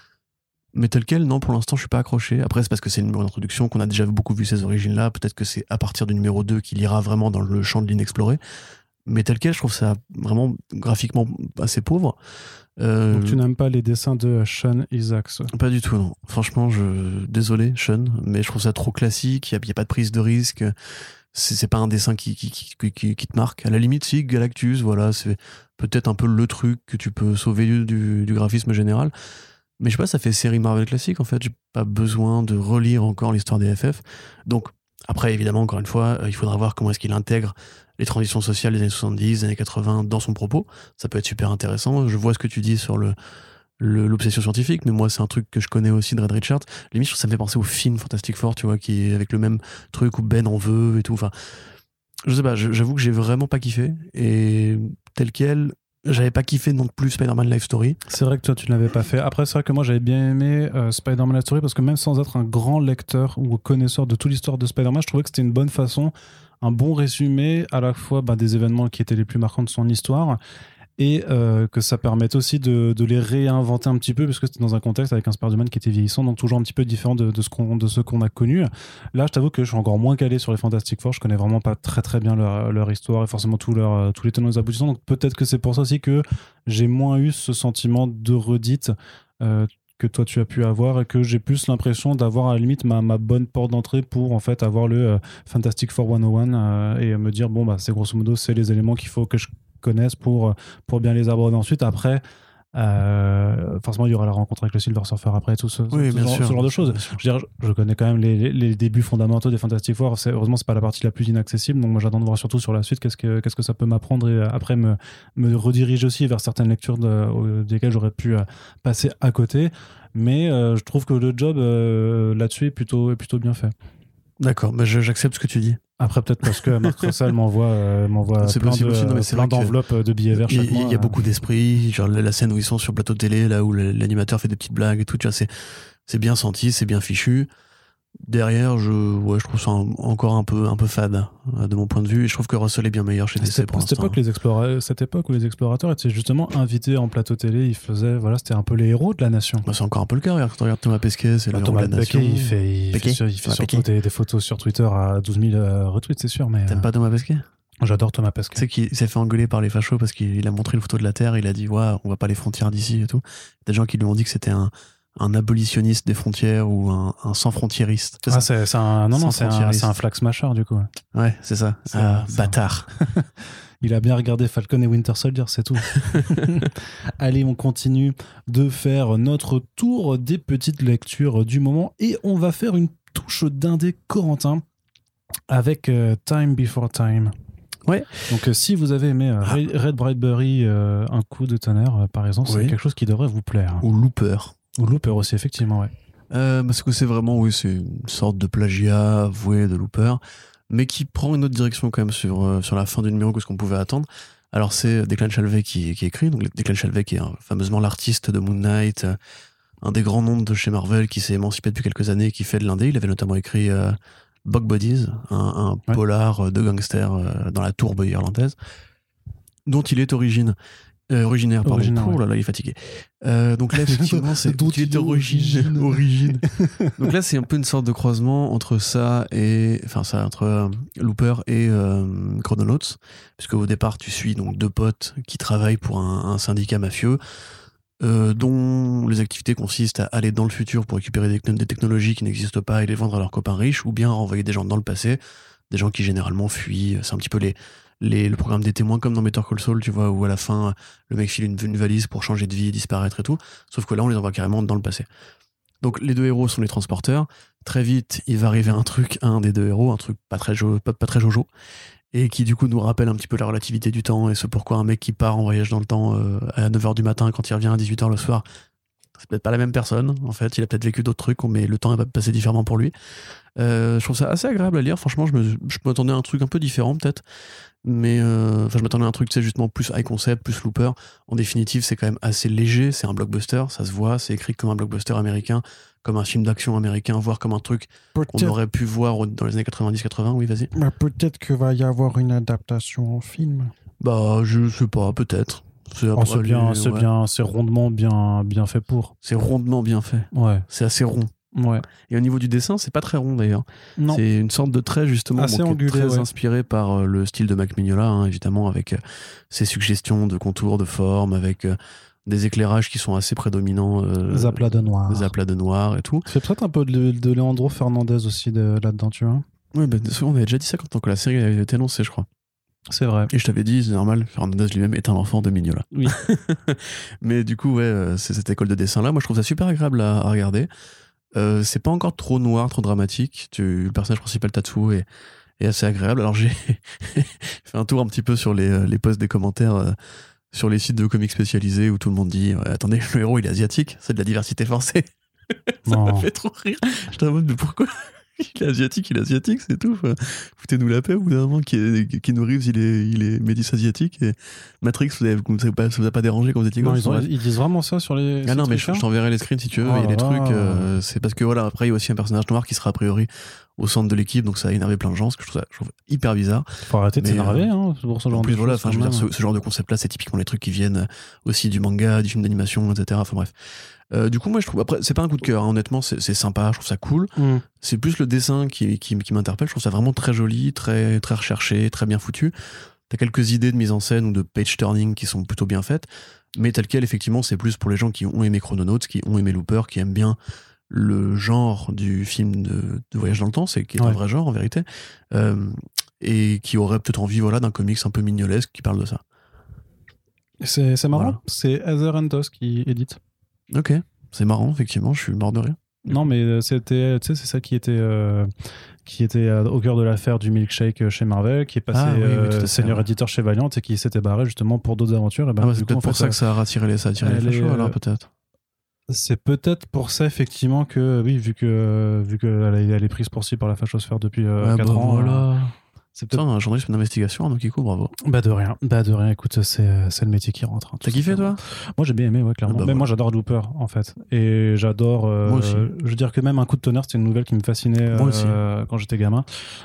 Mais tel quel, non, pour l'instant je suis pas accroché. Après c'est parce que c'est une numéro d'introduction, qu'on a déjà beaucoup vu ces origines là, peut-être que c'est à partir du numéro deux qu'il ira vraiment dans le champ de l'inexploré. Mais tel quel, je trouve ça vraiment graphiquement assez pauvre. Euh... Donc tu n'aimes pas les dessins de Sean Isaacs? Pas du tout, non. Franchement, je désolé, Sean, mais je trouve ça trop classique. Il n'y a, a pas de prise de risque. C'est, c'est pas un dessin qui, qui, qui, qui, qui te marque. À la limite, si, Galactus, voilà, c'est peut-être un peu le truc que tu peux sauver du, du graphisme général. Mais je sais pas, ça fait série Marvel classique, en fait. J'ai pas besoin de relire encore l'histoire des F F. Donc, après, évidemment, encore une fois, il faudra voir comment est-ce qu'il intègre les transitions sociales des années soixante-dix, des années quatre-vingts dans son propos. Ça peut être super intéressant. Je vois ce que tu dis sur le, le, l'obsession scientifique, mais moi, c'est un truc que je connais aussi de Red Richards. Limite, ça me fait penser au film Fantastic Four, tu vois, qui est avec le même truc où Ben en veut et tout. Enfin, je sais pas, j'avoue que j'ai vraiment pas kiffé. Et tel quel, j'avais pas kiffé non plus Spider-Man Life Story. C'est vrai que toi, tu ne l'avais pas fait. Après, c'est vrai que moi, j'avais bien aimé euh, Spider-Man Life Story parce que même sans être un grand lecteur ou connaisseur de toute l'histoire de Spider-Man, je trouvais que c'était une bonne façon, un bon résumé à la fois bah, des événements qui étaient les plus marquants de son histoire et euh, que ça permette aussi de, de les réinventer un petit peu parce que c'était dans un contexte avec un Spider-Man qui était vieillissant, donc toujours un petit peu différent de, de, ce, qu'on, de ce qu'on a connu. Là, je t'avoue que je suis encore moins calé sur les Fantastic Four, je connais vraiment pas très très bien leur, leur histoire et forcément tout leur, tous les tenants et aboutissants, donc peut-être que c'est pour ça aussi que j'ai moins eu ce sentiment de redite euh, que toi tu as pu avoir et que j'ai plus l'impression d'avoir à la limite ma, ma bonne porte d'entrée pour en fait avoir le euh, Fantastic Four cent un euh, et me dire bon bah c'est grosso modo c'est les éléments qu'il faut que je connaisse pour, pour bien les aborder ensuite. Après euh, forcément il y aura la rencontre avec le Silver Surfer après tout ce, oui, ce, bien genre, sûr, ce genre de choses. Je, veux dire, je connais quand même les, les, les débuts fondamentaux des Fantastic Four, c'est, heureusement c'est pas la partie la plus inaccessible, donc moi j'attends de voir surtout sur la suite qu'est-ce que, qu'est-ce que ça peut m'apprendre et après me, me rediriger aussi vers certaines lectures de, desquelles j'aurais pu passer à côté. Mais euh, je trouve que le job euh, là-dessus est plutôt, est plutôt bien fait. D'accord, bah je, j'accepte ce que tu dis. Après, peut-être parce que Mark Russell m'envoie, euh, m'envoie c'est plein, possible de, aussi, non, mais c'est plein vrai d'enveloppes de billets verts chaque il, mois. Il y a beaucoup d'esprit, genre la scène où ils sont sur le plateau de télé, là où l'animateur fait des petites blagues et tout, tu vois, c'est, c'est bien senti, c'est bien fichu. Derrière, je, ouais, je trouve ça un- encore un peu, un peu fade, euh, de mon point de vue. Et je trouve que Russell est bien meilleur chez D C C'était pour cette l'instant. époque, les explora- cette époque où les explorateurs étaient justement invités en plateau télé, ils faisaient, voilà, c'était un peu les héros de la nation. Bah, c'est encore un peu le cas. Regarde, quand tu regardes Thomas Pesquet, c'est le Bah, héros Thomas de la nation. Pesquet, il fait, il Pesquet fait, sur- il fait Thomas surtout Pesquet. des, des photos sur Twitter à douze mille euh, retweets, c'est sûr, mais T'aimes euh, pas Thomas Pesquet? j'adore Thomas Tu Pesquet. sais qu'il s'est fait engueuler par les fachos parce qu'il a montré une photo de la Terre. Il a dit, ouais, on voit pas les frontières d'ici et tout. Des gens qui lui ont dit que c'était un, un abolitionniste des frontières ou un, un sans-frontiériste. C'est Ah, ça c'est, c'est un, non, non, Sans c'est un, frontiériste. c'est un flag smasher, du coup. Ouais, c'est ça. C'est Ah, un- c'est un- bâtard. Il a bien regardé Falcon et Winter Soldier, c'est tout. Allez, on continue de faire notre tour des petites lectures du moment et on va faire une touche d'indé Corentin avec euh, Time Before Time. Ouais. Donc, euh, si vous avez aimé euh, Ah. Red Red Brightburry, euh, Un coup de tonnerre, euh, par exemple, c'est Oui. quelque chose qui devrait vous plaire. Ou Looper. Ou Looper aussi, effectivement, ouais. Euh, parce que c'est vraiment, oui, c'est une sorte de plagiat avoué de Looper, mais qui prend une autre direction quand même sur, euh, sur la fin du numéro que ce qu'on pouvait attendre. Alors c'est Declan Shalvey qui, qui écrit, donc Declan Shalvey qui est euh, fameusement l'artiste de Moon Knight, euh, un des grands noms de chez Marvel qui s'est émancipé depuis quelques années et qui fait de l'indé. Il avait notamment écrit euh, Bug Buddies, un, un Ouais. polar de gangsters euh, dans la tourbe irlandaise, dont il est origine. Euh, originaire, pardon. Originaire, Oh ouais. là là, il est fatigué. Euh, donc là, effectivement, c'est Dont il est il est origine. origine. origine. Donc là, c'est un peu une sorte de croisement entre ça et, enfin ça, entre euh, Looper et euh, Chrononauts, puisque au départ, tu suis donc deux potes qui travaillent pour un, un syndicat mafieux, euh, dont les activités consistent à aller dans le futur pour récupérer des, des technologies qui n'existent pas et les vendre à leurs copains riches, ou bien renvoyer des gens dans le passé, des gens qui généralement fuient. C'est un petit peu les Les, le programme des témoins comme dans Better Call Saul, tu vois, où à la fin, le mec file une, une valise pour changer de vie, disparaître et tout. Sauf que là, on les envoie carrément dans le passé. Donc, les deux héros sont les transporteurs. Très vite, il va arriver un truc à un des deux héros, un truc pas très, jo- pas, pas très jojo, et qui du coup nous rappelle un petit peu la relativité du temps et ce pourquoi un mec qui part en voyage dans le temps euh, à neuf heures du matin quand il revient à dix-huit heures le soir, c'est peut-être pas la même personne, en fait. Il a peut-être vécu d'autres trucs, mais le temps va passer différemment pour lui. Euh, je trouve ça assez agréable à lire. Franchement, je, me, je m'attendais à un truc un peu différent, peut-être. Mais euh, enfin, je m'attendais à un truc, tu sais, justement plus high concept, plus Looper. En définitive, c'est quand même assez léger. C'est un blockbuster, ça se voit. C'est écrit comme un blockbuster américain, comme un film d'action américain, voire comme un truc qu'on Peut-être, aurait pu voir au- dans les années quatre-vingt-dix quatre-vingts. Oui, vas-y. bah, peut-être qu'il va y avoir une adaptation en film. Bah, je sais pas, peut-être. C'est, Oh, après, c'est bien, les- c'est ouais. bien, c'est rondement bien, bien fait pour. C'est rondement bien fait. Ouais, C'est assez rond. ouais. Et au niveau du dessin, c'est pas très rond d'ailleurs. Non. C'est une sorte de trait justement Assez bon, qui est angulé, très ouais. inspiré par euh, le style de Mac Mignola, hein, évidemment, avec euh, ses suggestions de contours, de formes, avec euh, des éclairages qui sont assez prédominants. Euh, Des aplats de noir. des aplats de noir et tout. C'est peut-être un peu de, de Leandro Fernandez aussi de, là-dedans, tu vois. Oui, bah, on avait déjà dit ça quand la série avait été annoncée, je crois. C'est vrai. Et je t'avais dit, c'est normal, Fernandez lui-même est un enfant de Mignola. Oui. Mais du coup, ouais, euh, c'est cette école de dessin-là. Moi, je trouve ça super agréable à, à regarder. Euh, c'est pas encore trop noir, trop dramatique. Tu, le personnage principal, Tatsu, est, est assez agréable. Alors, j'ai fait un tour un petit peu sur les, euh, les posts des commentaires euh, sur les sites de comics spécialisés où tout le monde dit ouais, attendez, le héros, il est asiatique, c'est de la diversité forcée. Ça Non. m'a fait trop rire. J'étais en mode, mais pourquoi il est asiatique, il est asiatique, c'est tout. Enfin, foutez-nous la paix au bout d'un moment. Qui est, qui nous Reeves, il est, il est métis asiatique. Et Matrix, vous avez, vous avez pas, ça vous a pas dérangé quand vous étiez Non, gosse, ils, ont- bref. ils disent vraiment ça sur les. Ah non, ces mais je, trucs-là je t'enverrai les screens si tu veux. Oh Il y a des là trucs. là. euh, c'est parce que voilà, après, il y a aussi un personnage noir qui sera a priori au centre de l'équipe, donc ça a énervé plein de gens, ce que je trouve, ça, je trouve hyper bizarre. Faut arrêter de Mais, s'énerver euh, hein, pour ce genre En plus, de voilà, choses, enfin, je veux quand dire, même. ce, ce genre de concept-là, c'est typiquement les trucs qui viennent aussi du manga, du film d'animation, et cetera. Enfin bref. Euh, du coup, moi, je trouve. Après, c'est pas un coup de cœur, hein, honnêtement, c'est, c'est sympa, je trouve ça cool. Mm. C'est plus le dessin qui, qui, qui m'interpelle. Je trouve ça vraiment très joli, très, très recherché, très bien foutu. T'as quelques idées de mise en scène ou de page turning qui sont plutôt bien faites, mais tel quel, effectivement, c'est plus pour les gens qui ont aimé Chrononauts, qui ont aimé Looper, qui aiment bien le genre du film de, de voyage dans le temps, c'est qui est Ouais. un vrai genre en vérité, euh, et qui auraient peut-être envie, voilà, d'un comics un peu mignolesque qui parle de ça. C'est, c'est marrant, Voilà. c'est Heather Entos qui édite. Ok, c'est marrant, effectivement, je suis mort de rire. Non, mais euh, c'était, tu sais, c'est ça qui était, euh, qui était euh, au cœur de l'affaire du milkshake euh, chez Marvel, qui est passé Ah oui, oui, euh, tout à fait, senior ouais. éditeur chez Valiant et qui s'était barré justement pour d'autres aventures. Et ben, Ah bah, du c'est coup, peut-être en pour fait, ça euh, que ça a attiré les, ça a attiré les elle est, fachos, alors euh, peut-être. c'est peut-être pour ça effectivement que oui, vu que vu qu'elle est, elle est prise pour ci par la fachosphère depuis euh, Ah quatre bah ans. euh, voilà. C'est peut-être un journalisme d'investigation, Arnaud Kikou, bravo. Bah de rien, bah de rien. Écoute, c'est c'est le métier qui rentre. Hein, T'as kiffé toi? Moi j'ai bien aimé, ouais, clairement. Ah bah, mais ouais. moi j'adore Looper en fait, et j'adore. Euh, moi aussi. Je veux dire que même Un coup de tonnerre, c'était une nouvelle qui me fascinait moi aussi. Euh, quand j'étais gamin.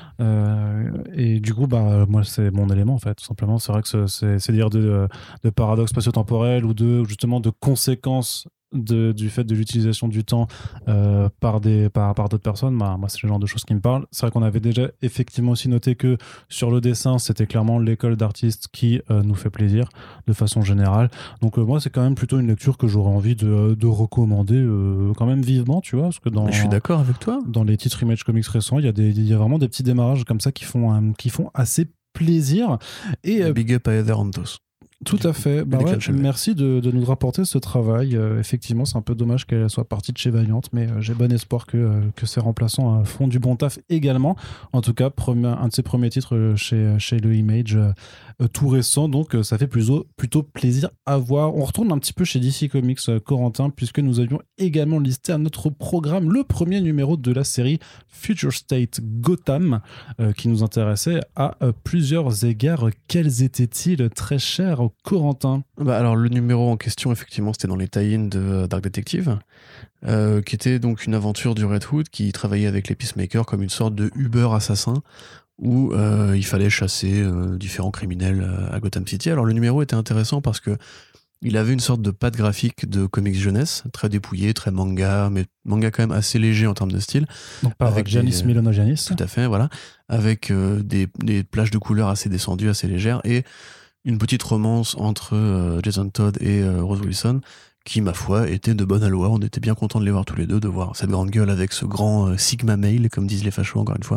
Euh, et du coup, bah moi c'est mon élément en fait, tout simplement. C'est vrai que c'est c'est dire de de paradoxe spatio-temporel ou de justement de conséquences. De, du fait de l'utilisation du temps euh, par, des, par, par d'autres personnes, bah, moi c'est le genre de choses qui me parlent. C'est vrai qu'on avait déjà effectivement aussi noté que sur le dessin, c'était clairement l'école d'artistes qui euh, nous fait plaisir de façon générale. Donc euh, moi c'est quand même plutôt une lecture que j'aurais envie de, de recommander euh, quand même vivement, tu vois, parce que dans, je suis d'accord avec toi. Dans les titres Image Comics récents, il y, a des, il y a vraiment des petits démarrages comme ça qui font, euh, qui font assez plaisir. Et, euh, Big up à Heather Antos. Tout à fait. Bah ouais, merci de, de nous rapporter ce travail. Euh, effectivement, c'est un peu dommage qu'elle soit partie de chez Valiant, mais euh, j'ai bon espoir que, euh, que ses remplaçants euh, font du bon taf également. En tout cas, premier, un de ses premiers titres chez, chez le Image, euh, euh, tout récent, donc euh, ça fait plutôt, plutôt plaisir à voir. On retourne un petit peu chez D C Comics, euh, Corentin, puisque nous avions également listé à notre programme le premier numéro de la série Future State Gotham, euh, qui nous intéressait à euh, plusieurs égards. Quels étaient-ils, très chers Corentin? Bah alors le numéro en question, effectivement, c'était dans les tie-ins de Dark Detective, euh, qui était donc une aventure du Red Hood qui travaillait avec les Peacemakers comme une sorte de Uber assassin où euh, il fallait chasser euh, différents criminels à Gotham City. Alors le numéro était intéressant parce que il avait une sorte de patte graphique de comics jeunesse, très dépouillé, très manga, mais manga quand même assez léger en termes de style. Donc par avec Giannis des, Milano Giannis. Tout à fait, voilà. Avec euh, des, des plages de couleurs assez descendues, assez légères, et une petite romance entre euh, Jason Todd et euh, Rose Wilson, qui, ma foi, était de bonne aloi. On était bien contents de les voir tous les deux, de voir cette grande gueule avec ce grand euh, Sigma male, comme disent les fachos, encore une fois.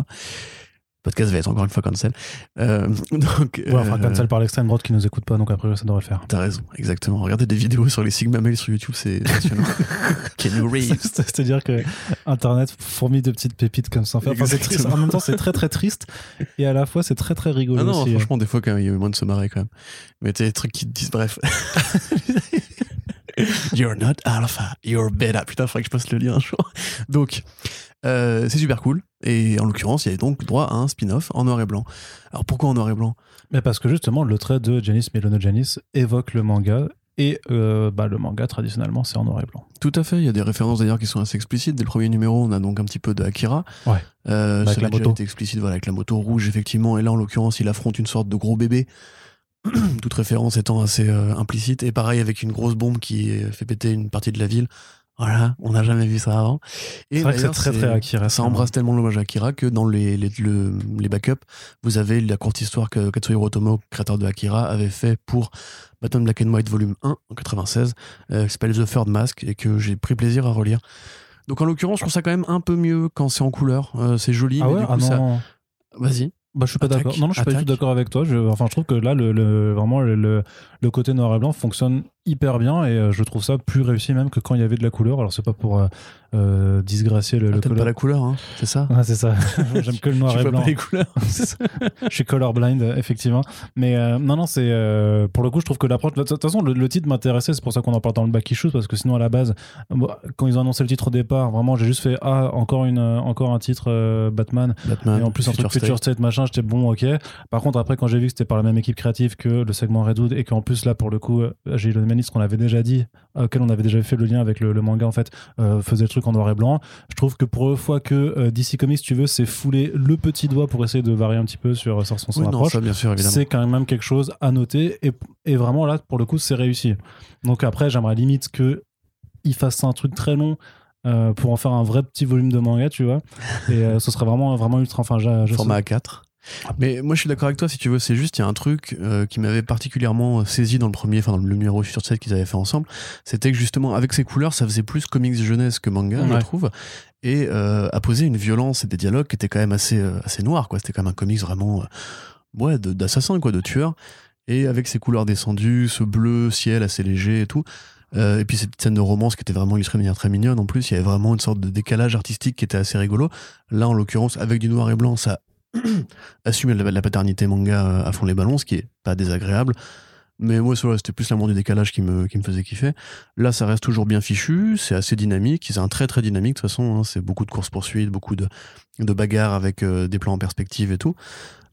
Le podcast va être encore une fois cancel. Euh, donc, ouais, enfin, cancel euh, par l'extrême droite qui nous écoute pas, donc après, ça devrait le faire. T'as raison, exactement. Regardez des vidéos sur les Sigma males sur YouTube, c'est passionnant. Keanu Reeves. C'est-à-dire que Internet fourmille de petites pépites comme ça. Enfin, c'est triste. En même temps, c'est très très triste, et à la fois, c'est très très rigolo. Ah non, aussi, franchement, euh. des fois, quand même, il y a eu moins de se marrer quand même. Mais t'as des trucs qui te disent, bref. You're not alpha, you're beta. Putain, faudrait que je passe le lien un jour. Donc, euh, c'est super cool. Et en l'occurrence, il y avait donc droit à un spin-off en noir et blanc. Alors pourquoi en noir et blanc? Mais parce que justement, le trait de Giannis Milano Giannis évoque le manga. Et euh, bah, le manga, traditionnellement, c'est en noir et blanc. Tout à fait. Il y a des références d'ailleurs qui sont assez explicites. Dès le premier numéro, on a donc un petit peu de Akira. Ouais. Euh, bah, ça a déjà été explicite, voilà, avec la moto rouge, effectivement. Et là, en l'occurrence, il affronte une sorte de gros bébé. Toute référence étant assez euh, implicite. Et pareil, avec une grosse bombe qui fait péter une partie de la ville. Voilà, on n'a jamais vu ça avant. Et c'est vrai que c'est très très Akira. Ça embrasse tellement l'hommage à Akira que dans les, les, le, les backups, vous avez la courte histoire que Katsuhiro Otomo, créateur de Akira, avait fait pour Batman Black and White volume un en quatre-vingt-seize, euh, qui s'appelle The Third Mask, et que j'ai pris plaisir à relire. Donc en l'occurrence, je trouve ça quand même un peu mieux quand c'est en couleur. Euh, c'est joli, ah mais ouais du coup ah ça... non. Vas-y. Bah, je suis pas Attaque, d'accord. Non, non, je suis attaque. pas du tout d'accord avec toi. Je, enfin, je trouve que là, le, le, vraiment, le, le côté noir et blanc fonctionne hyper bien, et euh, je trouve ça plus réussi même que quand il y avait de la couleur. Alors, c'est pas pour euh, euh, disgracier le, ah, le t'aimes couleur. pas la couleur, hein, c'est ça? Ah, c'est ça. J'aime que le noir tu et vois blanc. Pas les couleurs. Je suis colorblind, effectivement. Mais euh, non, non, c'est euh, pour le coup, je trouve que l'approche. De toute façon, le, le titre m'intéressait. C'est pour ça qu'on en parle dans le back issue, parce que sinon, à la base, bon, quand ils ont annoncé le titre au départ, vraiment, j'ai juste fait ah encore une, encore un titre euh, Batman. Batman. Et en plus, un truc Future State, machin. J'étais bon, ok. Par contre, après, quand j'ai vu que c'était par la même équipe créative que le segment Redwood, et qu'en plus là, pour le coup, j'ai eu le ministre qu'on avait déjà dit, auquel on avait déjà fait le lien avec le, le manga, en fait, euh, faisait le truc en noir et blanc. Je trouve que pour une fois que euh, D C Comics, tu veux, c'est fouler le petit doigt pour essayer de varier un petit peu sur, sur son, son oui, approche. Non, ça, bien sûr, évidemment. C'est quand même quelque chose à noter, et, et vraiment là, pour le coup, c'est réussi. Donc après, j'aimerais limite qu'il fasse un truc très long. Euh, pour en faire un vrai petit volume de manga, tu vois, et euh, ce serait vraiment, vraiment ultra. Enfin, j'ai, j'ai format A quatre. Mais moi je suis d'accord avec toi, si tu veux, c'est juste, il y a un truc euh, qui m'avait particulièrement saisi dans le premier, enfin dans le numéro Future State qu'ils avaient fait ensemble, c'était que justement avec ces couleurs ça faisait plus comics jeunesse que manga, ouais. Je trouve, et euh, a posé une violence et des dialogues qui étaient quand même assez, euh, assez noirs, quoi. C'était quand même un comics vraiment euh, ouais, de, d'assassin, quoi, de tueur, et avec ces couleurs descendues, ce bleu ciel assez léger et tout. Euh, et puis cette scène de romance qui était vraiment illustrée de manière très mignonne, en plus il y avait vraiment une sorte de décalage artistique qui était assez rigolo. Là en l'occurrence avec du noir et blanc, ça assumer la, la paternité manga à fond les ballons, ce qui est pas désagréable, mais moi c'était plus l'amour du décalage qui me, qui me faisait kiffer. Là ça reste toujours bien fichu, c'est assez dynamique, c'est un très très dynamique de toute façon, hein, c'est beaucoup de courses poursuites, beaucoup de, de bagarres avec euh, des plans en perspective et tout.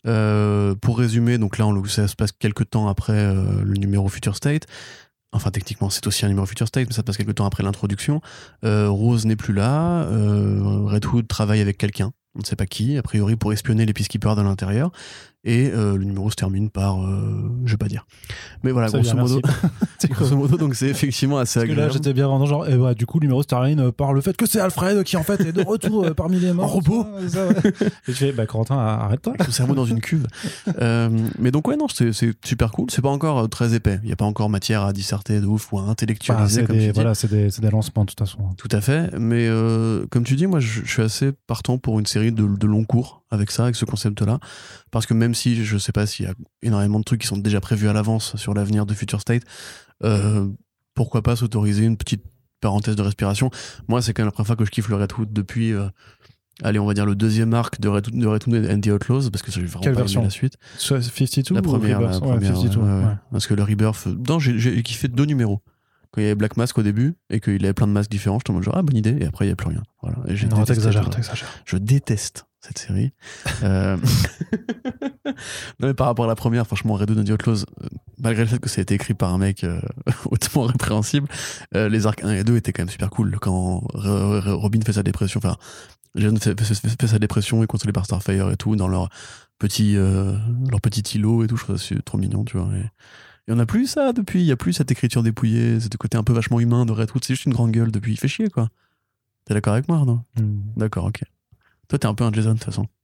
Euh, pour résumer, donc là, on, ça se passe quelques temps après euh, le numéro Future State. Enfin, techniquement, c'est aussi un numéro Future State, mais ça se passe quelques temps après l'introduction. Euh, Rose n'est plus là. Euh, Red Hood travaille avec quelqu'un, on ne sait pas qui, a priori pour espionner les Peacekeepers de l'intérieur. Et euh, le numéro se termine par, euh, je vais pas dire. Mais voilà, Ça grosso vient, modo, C'est grosso modo, donc c'est effectivement assez Parce que là, agréable. j'étais bien dans genre, et bah, du coup, le numéro se termine par le fait que c'est Alfred qui, en fait, est de retour euh, parmi les morts. En robot. Ça, ça, ouais. Et tu fais, bah, Corentin, arrête-toi. Son cerveau dans une cuve. Euh, mais donc, ouais, non, c'est, c'est super cool. C'est pas encore euh, très épais. Il n'y a pas encore matière à disserter de ouf ou à Bah, intellectualiser, c'est comme des, tu dis. voilà, c'est des, c'est des lancements, de toute façon. Tout à fait. Mais euh, comme tu dis, moi, je, je suis assez partant pour une série de, de longs cours avec ça, avec ce concept-là. Parce que même si je sais pas s'il y a énormément de trucs qui sont déjà prévus à l'avance sur l'avenir de Future State, euh, pourquoi pas s'autoriser une petite parenthèse de respiration. Moi, c'est quand même la première fois que je kiffe le Red Hood depuis, euh, allez, on va dire le deuxième arc de Red Hood, de Red Hood and the Outlaws, parce que ça, j'ai vraiment Quelle pas version aimé la suite. cinquante-deux La ou première, la Rebirth Ouais, première, cinquante-deux, ouais, ouais, ouais. ouais. Parce que le Rebirth, euh, non, j'ai, j'ai kiffé deux numéros. Quand il y avait Black Mask au début et qu'il avait plein de masques différents, j'étais en mode genre, ah, bonne idée, et après il n'y a plus rien. Voilà. Et j'ai Non, détesté t'exagères, tout. t'exagères. Je déteste cette série. euh... non, mais par rapport à la première, franchement, Red Hood and the Outlaws, euh, malgré le fait que ça a été écrit par un mec euh, hautement répréhensible, euh, les arcs un et deux étaient quand même super cool. Quand R- R- Robin fait sa dépression, enfin, Jason fait, fait, fait, fait sa dépression et consolé par Starfire et tout, dans leur petit, euh, leur petit îlot et tout, je trouve ça c'est trop mignon, tu vois. Et... Et on n'a plus ça depuis, il n'y a plus cette écriture dépouillée, ce côté un peu vachement humain de Red Hood, c'est juste une grande gueule depuis, il fait chier quoi. T'es d'accord avec moi, non? Mm. D'accord, ok. Toi t'es un peu un Jason de toute façon.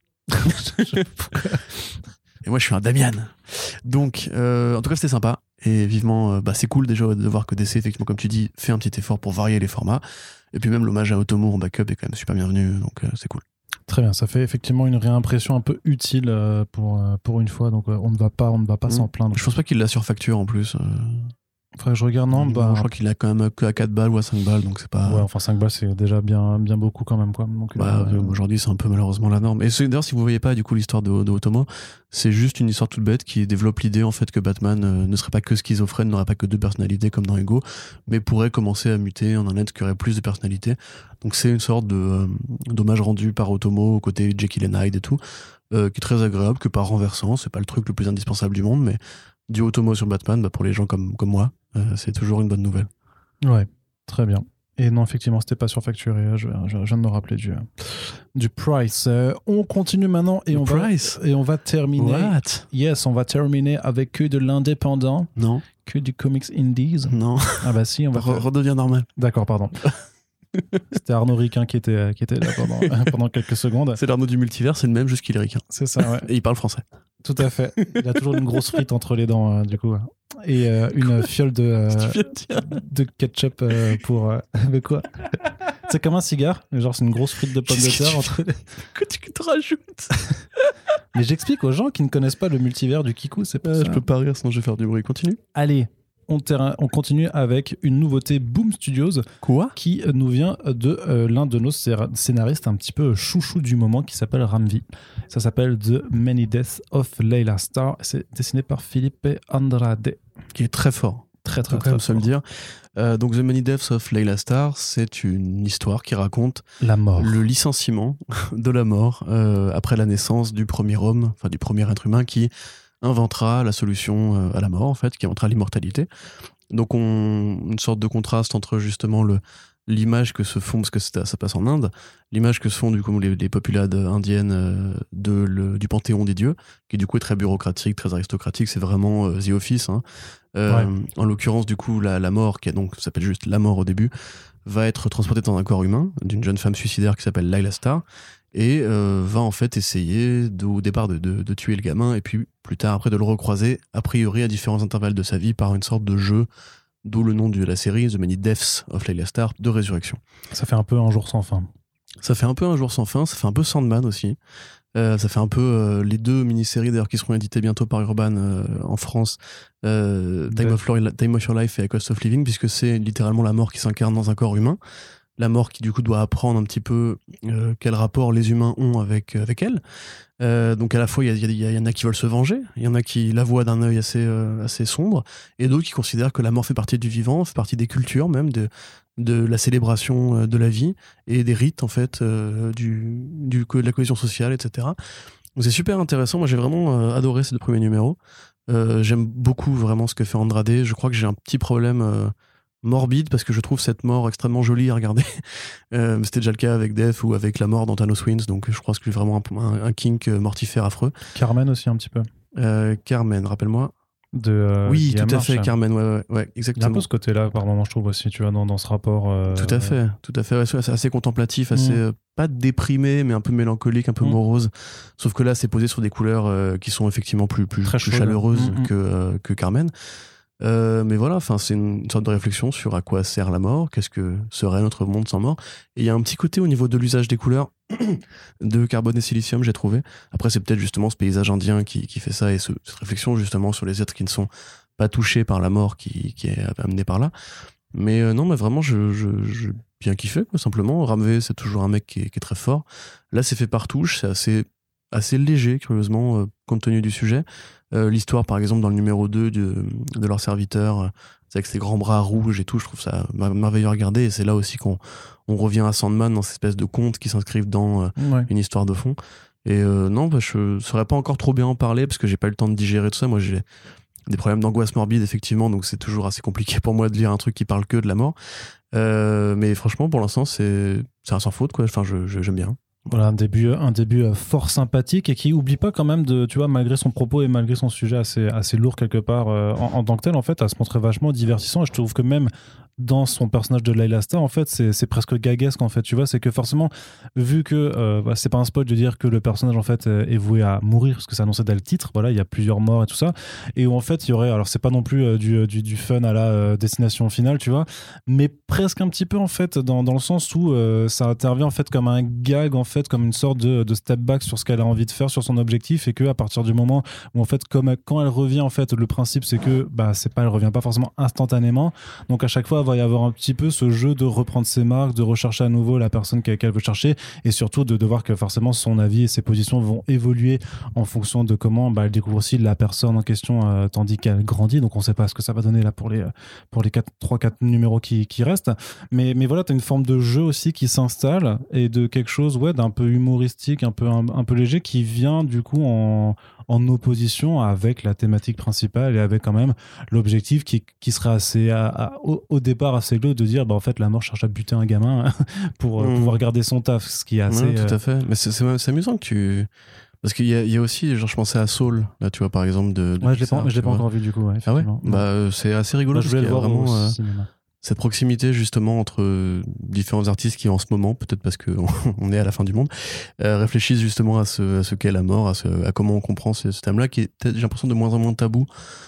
Et moi je suis un Damian. Donc, euh, en tout cas c'était sympa, et vivement, euh, bah, c'est cool déjà de voir que D C, effectivement comme tu dis, fait un petit effort pour varier les formats, et puis même l'hommage à Otomo en backup est quand même super bienvenu, donc euh, c'est cool. Très bien, ça fait effectivement une réimpression un peu utile euh, pour, euh, pour une fois, donc euh, on ne va pas, on ne va pas Mmh. s'en plaindre. Je pense pas qu'il l'a surfacture en plus. Euh... Faudrait que je regarde, non, bah, je crois qu'il a quand même que à quatre balles ou à cinq balles, donc c'est pas... ouais, enfin cinq balles c'est déjà bien, bien beaucoup quand même, quoi. Donc, Bah, euh, aujourd'hui, c'est un peu malheureusement la norme. Et c'est, d'ailleurs, si vous voyez pas du coup l'histoire de, de Otomo, c'est juste une histoire toute bête qui développe l'idée en fait que Batman euh, ne serait pas que schizophrène, n'aurait pas que deux personnalités comme dans Ego, mais pourrait commencer à muter en un être qui aurait plus de personnalités. Donc c'est une sorte de euh, d'hommage rendu par Otomo au côté Jekyll and Hyde et tout, euh, qui est très agréable, que pas renversant. C'est pas le truc le plus indispensable du monde, mais du Otomo sur Batman, bah, pour les gens comme comme moi, euh, c'est toujours une bonne nouvelle. ouais, très bien. Et non, effectivement, c'était pas surfacturé. Je, je, je viens de me rappeler du, du price. Euh, on continue maintenant et Le on, price. va, et on va terminer. What? Yes, on va terminer avec que de l'indépendant, Non, que du comics indies. non. Ah bah si, on va Re- faire... Redeviens normal. D'accord, pardon. C'était Arnaud Riquin qui était, qui était là pendant, pendant quelques secondes. C'est l'Arnaud du multivers, c'est le même, juste qu'il est ricain. C'est ça, ouais. Et il parle français. Tout à fait. Il a toujours une grosse frite entre les dents, euh, du coup. Et euh, une fiole de, euh, Qu'est-ce que tu viens de dire? de ketchup euh, pour... Euh, mais quoi? C'est comme un cigare. Genre, c'est une grosse frite de pommes de Qu'est-ce que terre tu entre les... Que tu te rajoutes? Mais j'explique aux gens qui ne connaissent pas le multivers du Kikou, c'est pas Euh, ça. je peux pas rire sinon je vais faire du bruit. Continue. Allez, on, terrain, on continue avec une nouveauté Boom Studios Quoi? qui nous vient de euh, l'un de nos scénaristes un petit peu chouchou du moment qui s'appelle Ramvi. Ça s'appelle The Many Deaths of Layla Starr. C'est dessiné par Felipe Andrade. Qui est très fort. Très très Faut quand très même se le fort. dire. Euh, donc The Many Deaths of Layla Starr, c'est une histoire qui raconte La mort. le licenciement de la mort euh, après la naissance du premier homme, enfin du premier être humain qui inventera la solution euh, à la mort en fait, qui inventera l'immortalité. Donc on une sorte de contraste entre justement le l'image que se font, parce que ça, ça passe en Inde, l'image que se font du coup les, les populades indiennes euh, de, le, du panthéon des dieux, qui du coup est très bureaucratique, très aristocratique, c'est vraiment euh, The Office. Hein. Euh, Ouais. En l'occurrence, du coup, la, la mort, qui a donc s'appelle juste la mort au début, va être transportée dans un corps humain d'une jeune femme suicidaire qui s'appelle Layla Starr, et euh, va en fait essayer de, au départ de, de, de tuer le gamin, et puis plus tard après de le recroiser, a priori à différents intervalles de sa vie, par une sorte de jeu, d'où le nom de la série, The Many Deaths of Layla Starr, de résurrection. Ça fait un peu un jour sans fin. Ça fait un peu Un jour sans fin, ça fait un peu Sandman aussi. Euh, ça fait un peu euh, les deux mini-séries d'ailleurs qui seront éditées bientôt par Urban euh, en France, euh, Time, Ouais. of Your, Time of Your Life et A Cost of Living, puisque c'est littéralement la mort qui s'incarne dans un corps humain. La mort qui du coup doit apprendre un petit peu euh, quel rapport les humains ont avec, avec elle. Euh, donc à la fois il y, y, y en a qui veulent se venger, il y en a qui la voient d'un œil assez, euh, assez sombre, et d'autres qui considèrent que la mort fait partie du vivant, fait partie des cultures même, de, de la célébration de la vie et des rites en fait, euh, du, du, de la cohésion sociale, et cetera. C'est super intéressant. Moi, j'ai vraiment euh, adoré ces deux premiers numéros. Euh, j'aime beaucoup vraiment ce que fait Andrade. Je crois que j'ai un petit problème euh, morbide parce que je trouve cette mort extrêmement jolie à regarder. euh, c'était déjà le cas avec Death ou avec la mort dans Thanos Wins, donc je crois que c'est vraiment un, un, un kink mortifère affreux. Carmen aussi un petit peu. Euh, Carmen, rappelle-moi. De, euh, oui, Guillaume tout à fait, March. Carmen, ouais, ouais, ouais, exactement. Il y a un peu ce côté-là, par moment, je trouve aussi, tu vois, dans, dans ce rapport. Euh, tout à fait, tout à fait. Ouais, c'est assez contemplatif, assez, Mm. euh, pas déprimé, mais un peu mélancolique, un peu Mm. morose. Sauf que là, c'est posé sur des couleurs euh, qui sont effectivement plus, plus, Très plus chaudes. chaleureuses Mm, mm. que, euh, que Carmen. Euh, mais voilà, enfin, c'est une sorte de réflexion sur à quoi sert la mort, qu'est-ce que serait notre monde sans mort. Et il y a un petit côté au niveau de l'usage des couleurs de carbone et silicium, j'ai trouvé. Après, c'est peut-être justement ce paysage indien qui, qui fait ça et ce, cette réflexion justement sur les êtres qui ne sont pas touchés par la mort qui, qui est amenée par là. Mais euh, non, mais vraiment, je, je, je bien kiffé, quoi, simplement. Ramvé, c'est toujours un mec qui est, qui est très fort. Là, c'est fait par touche, c'est assez, assez léger, curieusement, euh, compte tenu du sujet. Euh, l'histoire, par exemple, dans le numéro deux de, de leur serviteur, euh, c'est avec ses grands bras rouges et tout, je trouve ça merveilleux à regarder. Et c'est là aussi qu'on on revient à Sandman, dans cette espèce de contes qui s'inscrivent dans euh, Ouais. une histoire de fond. Et euh, non, bah, je ne saurais pas encore trop bien en parler parce que j'ai pas eu le temps de digérer tout ça. Moi, j'ai des problèmes d'angoisse morbide, effectivement, donc c'est toujours assez compliqué pour moi de lire un truc qui parle que de la mort. Euh, mais franchement, pour l'instant, c'est, c'est un sans faute, quoi. Enfin, je, je, j'aime bien. Voilà, un début, un début fort sympathique et qui oublie pas quand même de, tu vois, malgré son propos et malgré son sujet assez, assez lourd quelque part euh, en, en tant que tel, en fait, à se montrer vachement divertissant. Et je trouve que même dans son personnage de Layla Starr, en fait, c'est, c'est presque gaguesque, en fait, tu vois, c'est que forcément, vu que, euh, bah, c'est pas un spoil de dire que le personnage, en fait, est voué à mourir, parce que c'est annoncé dès le titre, voilà, il y a plusieurs morts et tout ça, et où, en fait, il y aurait, alors c'est pas non plus euh, du, du, du fun à la euh, destination finale, tu vois, mais presque un petit peu, en fait, dans, dans le sens où euh, ça intervient, en fait, comme un gag, en fait, comme une sorte de, de step back sur ce qu'elle a envie de faire, sur son objectif, et que à partir du moment où, en fait, comme quand elle revient, en fait, le principe, c'est que, bah, c'est pas, elle revient pas forcément instantanément, donc à chaque fois, il va y avoir un petit peu ce jeu de reprendre ses marques, de rechercher à nouveau la personne qu'elle, qu'elle veut chercher, et surtout de, de voir que forcément son avis et ses positions vont évoluer en fonction de comment bah, elle découvre aussi la personne en question, euh, tandis qu'elle grandit. Donc on sait pas ce que ça va donner là pour les, pour les trois quatre numéros qui, qui restent. Mais, mais voilà, tu as une forme de jeu aussi qui s'installe et de quelque chose ouais, d'un peu humoristique, un peu, un, un peu léger qui vient du coup en, en opposition avec la thématique principale et avec quand même l'objectif qui, qui serait assez à, à, au, au départ assez glauque de dire bah en fait la mort cherche à buter un gamin pour mmh. pouvoir garder son taf, ce qui est assez ouais, tout à fait. Mais c'est, c'est, c'est amusant que tu parce qu'il y a, il y a aussi genre je pensais à Soul là tu vois par exemple de, de ouais je l'ai pas, je l'ai pas encore vu du coup ouais, ah ouais bah c'est assez rigolo bah, parce je vais qu'il y a le voir vraiment au euh, cinéma. Cette proximité justement entre différents artistes qui en ce moment, peut-être parce qu'on on est à la fin du monde, euh, réfléchissent justement à ce, à ce qu'est la mort, à, ce, à comment on comprend ce, ce thème-là, qui est peut-être, j'ai l'impression, de moins en moins tabou.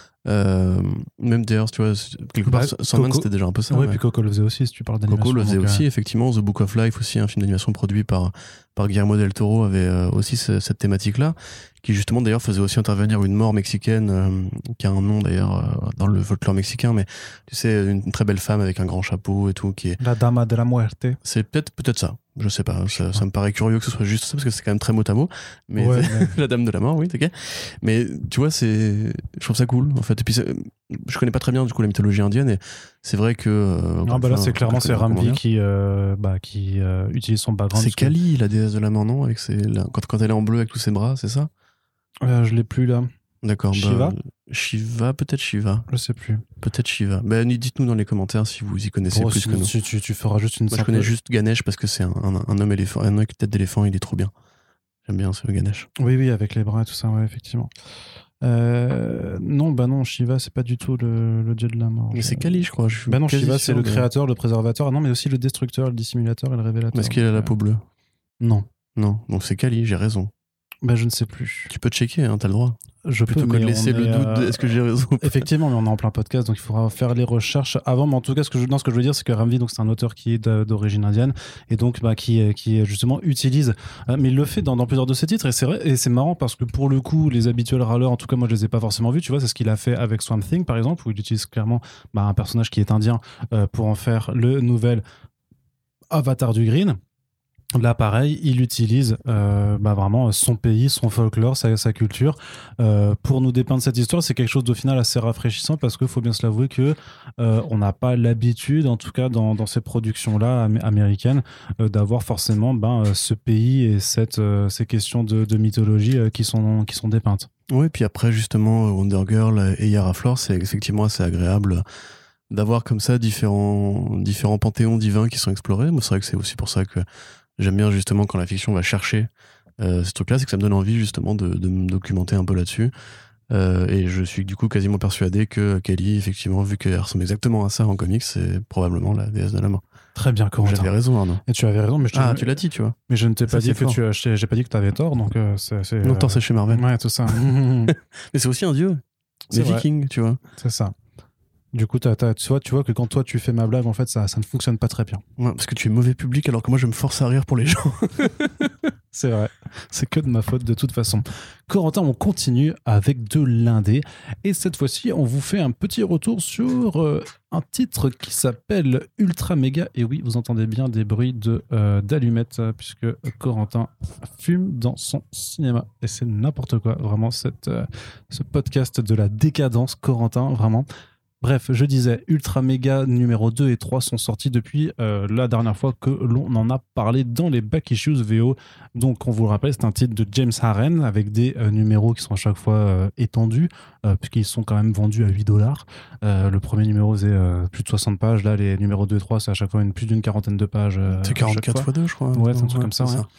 Euh, même d'ailleurs, tu vois, quelque part, bah, Sandman c'était déjà un peu ça. Ouais, ouais. Puis Coco le faisait aussi, si tu parles d'animation. Coco le faisait donc, aussi, euh... effectivement. The Book of Life aussi, un film d'animation produit par, par Guillermo del Toro, avait euh, aussi ce, cette thématique-là, qui justement d'ailleurs faisait aussi intervenir une mort mexicaine, euh, qui a un nom d'ailleurs euh, dans le folklore mexicain, mais tu sais, une, une très belle femme avec un grand chapeau et tout, qui est... La Dama de la Muerte. C'est peut-être, peut-être ça. Je sais pas, ça, ça me paraît curieux que ce soit juste ça parce que c'est quand même très mot à mot. Mais, ouais, mais... la dame de la mort, oui, ok. Mais tu vois, c'est, je trouve ça cool en fait. Et puis, je connais pas très bien du coup la mythologie indienne et c'est vrai que. Euh, non, bah là, c'est clairement c'est Ramvi qui, euh, bah, qui euh, utilise son background. C'est Kali, que... la déesse de la mort, non, avec ses, la... quand, quand elle est en bleu avec tous ses bras, c'est ça euh, Je l'ai plus là. D'accord. Shiva bah, Shiva, peut-être Shiva. Je sais plus. Peut-être Shiva. Ben, dites-nous dans les commentaires si vous y connaissez bon, plus si, que nous. Tu, tu, tu feras juste une Moi, je connais juste Ganesh parce que c'est un, un, un homme éléphant, un homme avec tête d'éléphant, il est trop bien. J'aime bien ce Ganesh. Oui, oui, avec les bras et tout ça, ouais, effectivement. Euh, non, bah non, Shiva, c'est pas du tout le, le dieu de la mort. Mais c'est Kali, je crois. Je bah non, Shiva, c'est de... le créateur, le préservateur, non, mais aussi le destructeur, le dissimulateur et le révélateur. Est-ce qu'il a la peau bleue ? Non. Non, donc c'est Kali, j'ai raison. Bah je ne sais plus. Tu peux checker, hein, t'as le droit. Je Plutôt peux que de laisser le doute de est-ce que j'ai raison. Effectivement, mais on est en plein podcast, donc il faudra faire les recherches avant. Mais en tout cas, ce que je, non, ce que je veux dire, c'est que Ramvi, donc c'est un auteur qui est d'origine indienne et donc bah, qui, qui justement utilise, euh, mais il le fait dans, dans plusieurs de ses titres. Et c'est vrai, et c'est marrant parce que pour le coup, les habituels râleurs, en tout cas moi, je les ai pas forcément vus. Tu vois, c'est ce qu'il a fait avec Swamp Thing, par exemple, où il utilise clairement bah, un personnage qui est indien euh, pour en faire le nouvel Avatar du Green. Là, pareil, il utilise euh, bah, vraiment son pays, son folklore, sa, sa culture euh, pour nous dépeindre cette histoire. C'est quelque chose d'au final assez rafraîchissant parce qu'il faut bien se l'avouer que euh, on n'a pas l'habitude, en tout cas dans, dans ces productions-là am- américaines, euh, d'avoir forcément ben, euh, ce pays et cette, euh, ces questions de, de mythologie euh, qui, sont, qui sont dépeintes. Oui, puis après, justement, Wonder Girl et Yara Flor, c'est effectivement assez agréable d'avoir comme ça différents, différents panthéons divins qui sont explorés. Moi, c'est vrai que c'est aussi pour ça que j'aime bien justement quand la fiction va chercher euh, ce truc-là, c'est que ça me donne envie justement de, de me documenter un peu là-dessus. Euh, et je suis du coup quasiment persuadé que Kelly, effectivement, vu qu'elle ressemble exactement à ça en comics, c'est probablement la déesse de la mort. Très bien, Corentin. J'avais raison, Arnaud. Et tu avais raison, mais je te... Ah, tu l'as dit, tu vois. Mais je ne t'ai Ça, pas dit c'est que fort. tu, j'ai j'ai pas dit que tu avais tort, donc euh, c'est, c'est Longtemps, euh, c'est chez Marvel. ouais, tout ça. Mais c'est aussi un dieu. C'est Les vrai. Vikings, tu vois. C'est ça. Du coup, t'as, t'as, tu vois, tu vois que quand toi tu fais ma blague, en fait, ça, ça ne fonctionne pas très bien. Ouais, parce que tu es mauvais public alors que moi je me force à rire pour les gens. C'est vrai. C'est que de ma faute de toute façon. Corentin, on continue avec de l'indé. Et cette fois-ci, on vous fait un petit retour sur euh, un titre qui s'appelle Ultra Mega. Et oui, vous entendez bien des bruits de, euh, d'allumettes, euh, puisque Corentin fume dans son cinéma. Et c'est n'importe quoi, vraiment, cette, euh, ce podcast de la décadence, Corentin, vraiment. Bref, je disais, Ultra Mega numéro deux et trois sont sortis depuis euh, la dernière fois que l'on en a parlé dans les Back Issues V O. Donc, on vous le rappelle, c'est un titre de James Harren avec des euh, numéros qui sont à chaque fois euh, étendus, euh, puisqu'ils sont quand même vendus à huit dollars. Euh, le premier numéro, c'est euh, plus de soixante pages. Là, les numéros deux et trois, c'est à chaque fois une, plus d'une quarantaine de pages. Euh, c'est quarante-quatre fois deux, je crois. Ouais, c'est un truc Ouais, comme ça, c'est ouais.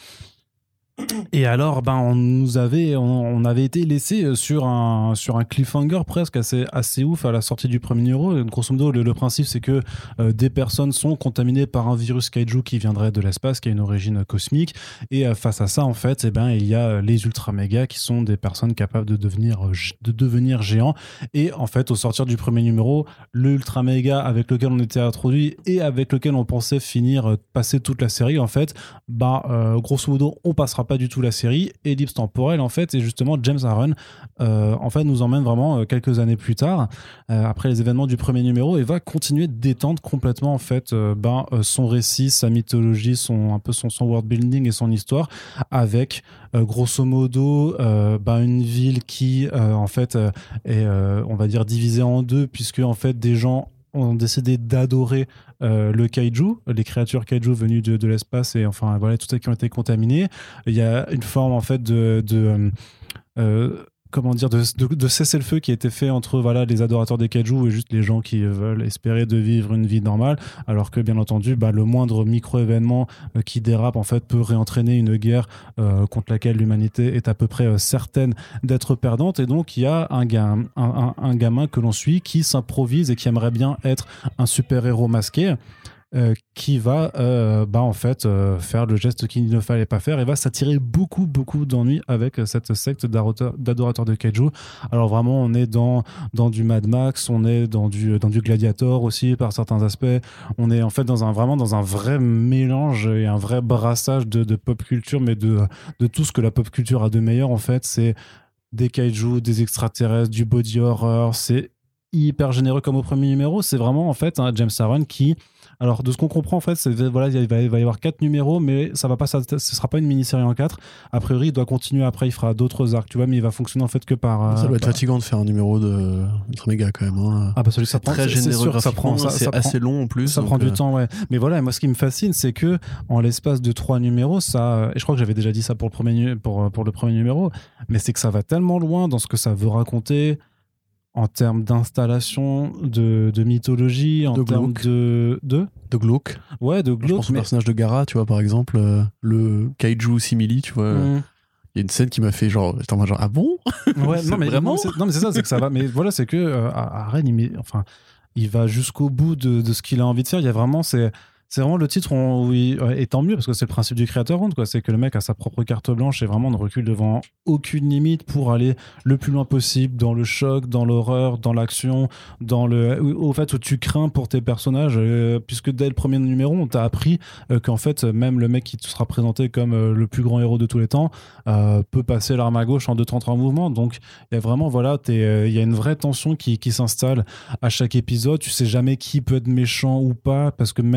Et alors, ben, on nous avait, on, on avait été laissé sur un, sur un cliffhanger presque assez, assez ouf à la sortie du premier numéro. Et grosso modo, le, le principe, c'est que euh, des personnes sont contaminées par un virus kaiju qui viendrait de l'espace, qui a une origine cosmique. Et euh, face à ça, en fait, eh ben, il y a les ultra méga qui sont des personnes capables de devenir, de devenir géants. Et en fait, au sortir du premier numéro, le ultra méga avec lequel on était introduit et avec lequel on pensait finir, euh, passer toute la série, en fait, bah, euh, grosso modo, on passera pas du tout la série. Ellipse temporelle, en fait, et justement James Harren euh, en fait nous emmène vraiment euh, quelques années plus tard euh, après les événements du premier numéro et va continuer d'étendre complètement en fait euh, ben, euh, son récit, sa mythologie, son, un peu son, son world building et son histoire avec euh, grosso modo euh, ben, une ville qui euh, en fait euh, est euh, on va dire divisée en deux puisque en fait des gens ont décidé d'adorer euh, le kaiju, les créatures kaiju venues de, de l'espace et enfin voilà tout ça qui ont été contaminées. Il y a une forme en fait de, de euh, comment dire de, de, de cessez-le-feu qui a été fait entre voilà les adorateurs des kaiju et juste les gens qui veulent espérer de vivre une vie normale, alors que bien entendu bah, le moindre micro-événement euh, qui dérape en fait peut réentraîner une guerre euh, contre laquelle l'humanité est à peu près euh, certaine d'être perdante. Et donc il y a un, ga- un, un, un gamin que l'on suit qui s'improvise et qui aimerait bien être un super-héros masqué. Euh, qui va euh, bah, en fait euh, faire le geste qu'il ne fallait pas faire et va s'attirer beaucoup beaucoup d'ennuis avec cette secte d'adorateurs, d'adorateurs de kaiju. Alors vraiment on est dans, dans du Mad Max, on est dans du, dans du Gladiator aussi par certains aspects, on est en fait dans un, vraiment dans un vrai mélange et un vrai brassage de, de pop culture, mais de, de tout ce que la pop culture a de meilleur en fait. C'est des kaiju, des extraterrestres, du body horror, c'est hyper généreux comme au premier numéro. C'est vraiment en fait un James Harren qui, alors de ce qu'on comprend en fait, c'est, voilà, il va, il va y avoir quatre numéros, mais ça va pas, ça, ce sera pas une mini-série en quatre. A priori, il doit continuer après, il fera d'autres arcs, tu vois, mais il va fonctionner en fait que par. Ça doit euh, être par... fatigant de faire un numéro de Ultra Méga quand même. Hein. Ah bah celui ça prend très c'est, généreux, c'est sûr que ça prend, ça, c'est ça assez prend, long en plus. Ça donc prend du euh... temps, ouais. Mais voilà, moi ce qui me fascine, c'est que en l'espace de trois numéros, ça, et je crois que j'avais déjà dit ça pour le premier, pour pour le premier numéro, mais c'est que ça va tellement loin dans ce que ça veut raconter. En termes d'installation, de, de mythologie, en de termes de... De, de glauque. Ouais, de glauque. Je pense mais... au personnage de Gara, tu vois, par exemple, euh, le kaiju simili, tu vois. Il mmh. y a une scène qui m'a fait genre... J'étais en mode genre, ah bon Ouais, non, mais, vraiment non, c'est, non, mais c'est ça, c'est que ça va... Mais voilà, c'est que euh, Harren, il, met, enfin, il va jusqu'au bout de, de ce qu'il a envie de faire. Il y a vraiment... C'est, c'est vraiment le titre où il, et tant mieux parce que c'est le principe du créateur round, quoi. C'est que le mec a sa propre carte blanche et vraiment ne recule devant aucune limite pour aller le plus loin possible dans le choc, dans l'horreur, dans l'action, dans le au fait où tu crains pour tes personnages, euh, puisque dès le premier numéro on t'a appris euh, qu'en fait même le mec qui te sera présenté comme euh, le plus grand héros de tous les temps euh, peut passer l'arme à gauche en deux trente en mouvement. Donc il y a vraiment voilà il euh, y a une vraie tension qui, qui s'installe à chaque épisode. Tu sais jamais qui peut être méchant ou pas parce que même en fait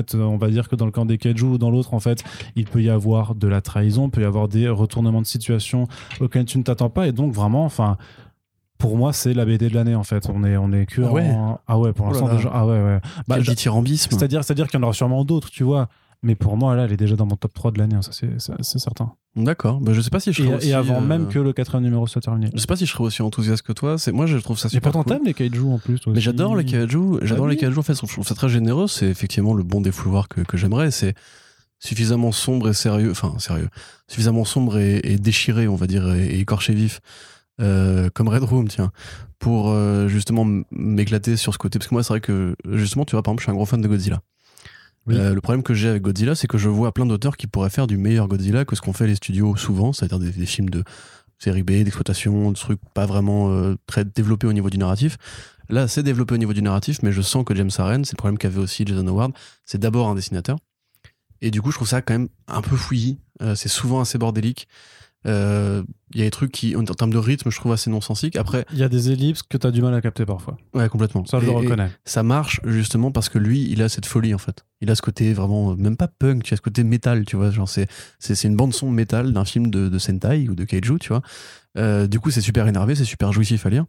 fait, on va dire que dans le camp des kaiju ou dans l'autre, en fait, il peut y avoir de la trahison, il peut y avoir des retournements de situation auxquels tu ne t'attends pas, et donc vraiment, enfin, pour moi, c'est la B D de l'année, en fait. On est, on est que ah ouais, en... ah ouais, pour oh l'instant déjà, ah ouais, ouais. Bah, quel dithyrambisme. C'est-à-dire, c'est-à-dire qu'il y en aura sûrement d'autres, tu vois. Mais pour moi, là, elle est déjà dans mon top trois de l'année, hein, ça c'est, c'est, c'est certain. D'accord, bah, je sais pas si je serais et, aussi... Et avant euh... même que le quatrième numéro soit terminé. Je sais pas si je serais aussi enthousiaste que toi, c'est... moi je trouve ça super. Et pourtant cool. t'aimes les kaiju en plus, toi Mais aussi. j'adore les kaiju, j'adore ah, les oui. kaiju en fait, je trouve ça très généreux, c'est effectivement le bon défouloir que, que j'aimerais, c'est suffisamment sombre et sérieux, enfin sérieux, suffisamment sombre et, et déchiré, on va dire, et, et écorché vif. Euh, comme Red Room, tiens, pour euh, justement m'éclater sur ce côté. Parce que moi, c'est vrai que, justement, tu vois, par exemple, je suis un gros fan de Godzilla. Oui. Euh, le problème que j'ai avec Godzilla, c'est que je vois plein d'auteurs qui pourraient faire du meilleur Godzilla que ce qu'ont fait les studios souvent, c'est-à-dire des, des films de série B, d'exploitation, de trucs pas vraiment euh, très développés au niveau du narratif. Là, c'est développé au niveau du narratif, mais je sens que James Harren, c'est le problème qu'avait aussi Jason Howard, c'est d'abord un dessinateur. Et du coup, je trouve ça quand même un peu fouillis. Euh, c'est souvent assez bordélique. Il euh, y a des trucs qui, en termes de rythme, je trouve assez non-sensiques. Après, il y a des ellipses que t'as du mal à capter parfois. Ouais, complètement. Ça, je et, le reconnais. Ça marche justement parce que lui, il a cette folie en fait. Il a ce côté vraiment, même pas punk, tu as ce côté métal, tu vois. Genre, c'est, c'est, c'est une bande-son métal d'un film de, de Sentai ou de Kaiju, tu vois. Euh, du coup, c'est super énervé, c'est super jouissif à lire.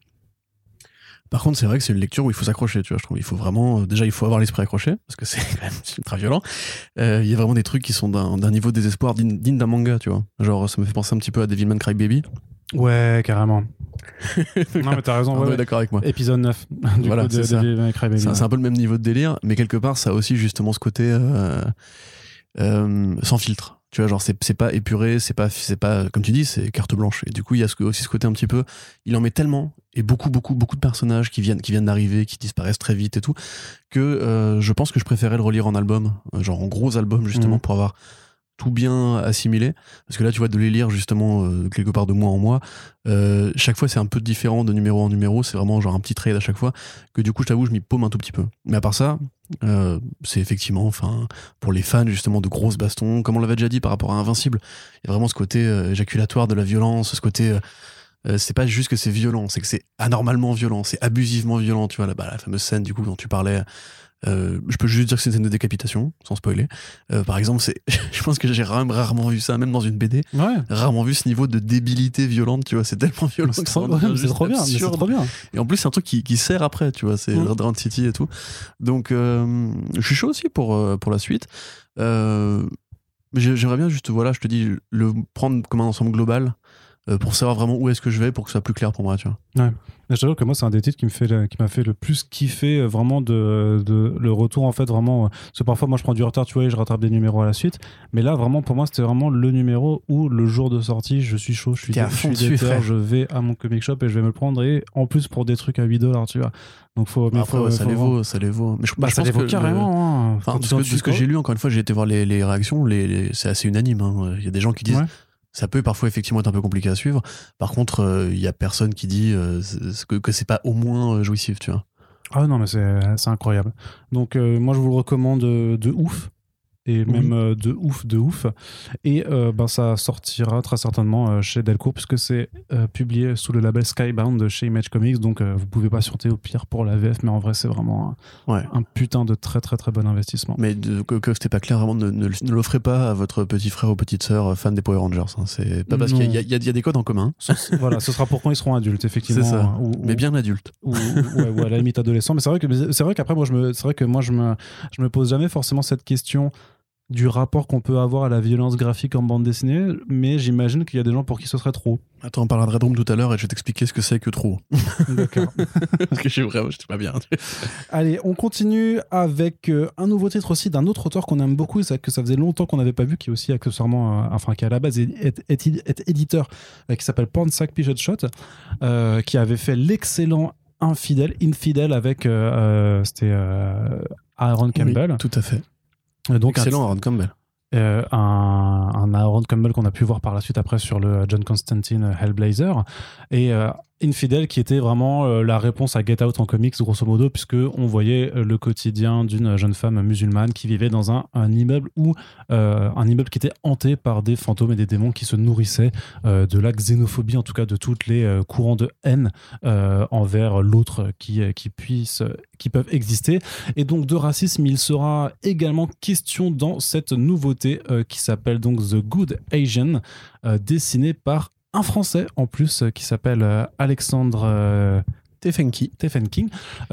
Par contre, c'est vrai que c'est une lecture où il faut s'accrocher, tu vois. Je trouve il faut vraiment, déjà, il faut avoir l'esprit accroché parce que c'est quand même ultra violent. Euh, il y a vraiment des trucs qui sont d'un, d'un niveau de désespoir digne, digne d'un manga, tu vois. Genre, ça me fait penser un petit peu à Devilman Crybaby. Ouais, carrément. Non, mais t'as raison. On ouais, est ouais. d'accord avec moi. Épisode neuf. Du voilà, coup, c'est, de, ça. De Crybaby, c'est, ouais. c'est un peu le même niveau de délire, mais quelque part, ça a aussi justement ce côté euh, euh, sans filtre. Tu vois, genre, c'est, c'est pas épuré, c'est pas, c'est pas, comme tu dis, c'est carte blanche. Et du coup, il y a ce, aussi ce côté un petit peu, il en met tellement, et beaucoup, beaucoup, beaucoup de personnages qui viennent, qui viennent d'arriver, qui disparaissent très vite et tout, que euh, je pense que je préférais le relire en album, genre en gros album, justement, mmh. pour avoir tout bien assimilé. Parce que là, tu vois, de les lire, justement, euh, quelque part de mois en mois, euh, chaque fois, c'est un peu différent de numéro en numéro, c'est vraiment genre un petit trade à chaque fois, que du coup, je t'avoue, je m'y paume un tout petit peu. Mais à part ça, Euh, c'est effectivement, enfin, pour les fans justement de grosses bastons, comme on l'avait déjà dit par rapport à Invincible, il y a vraiment ce côté euh, éjaculatoire de la violence, ce côté, euh, euh, c'est pas juste que c'est violent, c'est que c'est anormalement violent, c'est abusivement violent, tu vois, là, bah, la fameuse scène du coup dont tu parlais. Euh, je peux juste dire que c'est une scène de décapitation, sans spoiler. Euh, par exemple, c'est, je pense que j'ai rarement, rarement vu ça, même dans une B D. Ouais. Rarement vu ce niveau de débilité violente, tu vois. C'est tellement violent. C'est, que trop, ouais, c'est trop bien. C'est trop bien. Et en plus, c'est un truc qui, qui sert après, tu vois. C'est mmh. Red Round City et tout. Donc, euh, je suis chaud aussi pour, euh, pour la suite. Euh, j'aimerais bien juste, voilà, je te dis, le prendre comme un ensemble global. Pour savoir vraiment où est-ce que je vais pour que ce soit plus clair pour moi, tu vois. Ouais. Je t'avoue que moi, c'est un des titres qui, me fait, qui m'a fait le plus kiffer vraiment de, de le retour, en fait, vraiment. Parce que parfois, moi, je prends du retard, tu vois, et je rattrape des numéros à la suite. Mais là, vraiment, pour moi, c'était vraiment le numéro où, le jour de sortie, je suis chaud, je suis, à fond dessus, frère. Je vais à mon comic shop et je vais me le prendre. Et en plus, pour des trucs à huit dollars, tu vois. Donc, faut. Mais après, faut, ouais, ça faut les voir. vaut, ça les vaut. Mais je, bah, je ça pense les vaut que carrément. Le... Hein. Enfin, de ce que, de ce que j'ai lu, encore une fois, j'ai été voir les, les réactions. Les, les... C'est assez unanime. Hein. Il y a des gens qui disent. Ouais. Ça peut parfois effectivement être un peu compliqué à suivre. Par contre, il euh, y a personne qui dit euh, que, que c'est pas au moins euh, jouissif, tu vois. Ah non, mais c'est, c'est incroyable. Donc, euh, moi, je vous le recommande de, de ouf. Et oui. même euh, de ouf, de ouf. Et euh, ben, ça sortira très certainement euh, chez Delcourt, puisque c'est euh, publié sous le label Skybound de chez Image Comics. Donc, euh, vous pouvez patienter au pire pour la V F, mais en vrai, c'est vraiment un, ouais. un putain de très, très, très bon investissement. Mais de, que, que c'était pas clair, vraiment, ne, ne, ne l'offrez pas à votre petit frère ou petite sœur fan des Power Rangers. Hein. C'est pas parce non. qu'il y a, y, a, y a des codes en commun. Ce, voilà, ce sera pour quand ils seront adultes, effectivement. C'est ça. Ou, mais bien adultes. Ou, ou, ouais, ou à la limite adolescent. Mais c'est vrai que c'est vrai qu'après, moi, je me, c'est vrai que moi, je me, je me pose jamais forcément cette question du rapport qu'on peut avoir à la violence graphique en bande dessinée, mais j'imagine qu'il y a des gens pour qui ce serait trop. Attends, on parlera de Red Room tout à l'heure et je vais t'expliquer ce que c'est que trop. D'accord. Parce que je suis vraiment, je suis pas bien. Allez, on continue avec euh, un nouveau titre aussi d'un autre auteur qu'on aime beaucoup, c'est que ça faisait longtemps qu'on n'avait pas vu, qui est aussi accessoirement, euh, enfin qui à la base est, est, est, est éditeur, euh, qui s'appelle Pornsack Pigeon Shot, euh, qui avait fait l'excellent Infidèle, Infidèle avec, euh, euh, c'était euh, Aaron Campbell. Oui, tout à fait. Donc excellent un, Aaron Campbell. Euh, un, un Aaron Campbell qu'on a pu voir par la suite après sur le John Constantine Hellblazer. Et euh, Infidèle, qui était vraiment euh, la réponse à Get Out en comics, grosso modo, puisque on voyait euh, le quotidien d'une jeune femme musulmane qui vivait dans un, un immeuble où euh, un immeuble qui était hanté par des fantômes et des démons qui se nourrissaient euh, de la xénophobie, en tout cas de tous les euh, courants de haine euh, envers l'autre qui, qui puissent, qui peuvent exister. Et donc de racisme, il sera également question dans cette nouveauté euh, qui s'appelle donc The Good Asian, euh, dessinée par un Français en plus euh, qui s'appelle euh, Alexandre euh, Tefenki. Tefenki,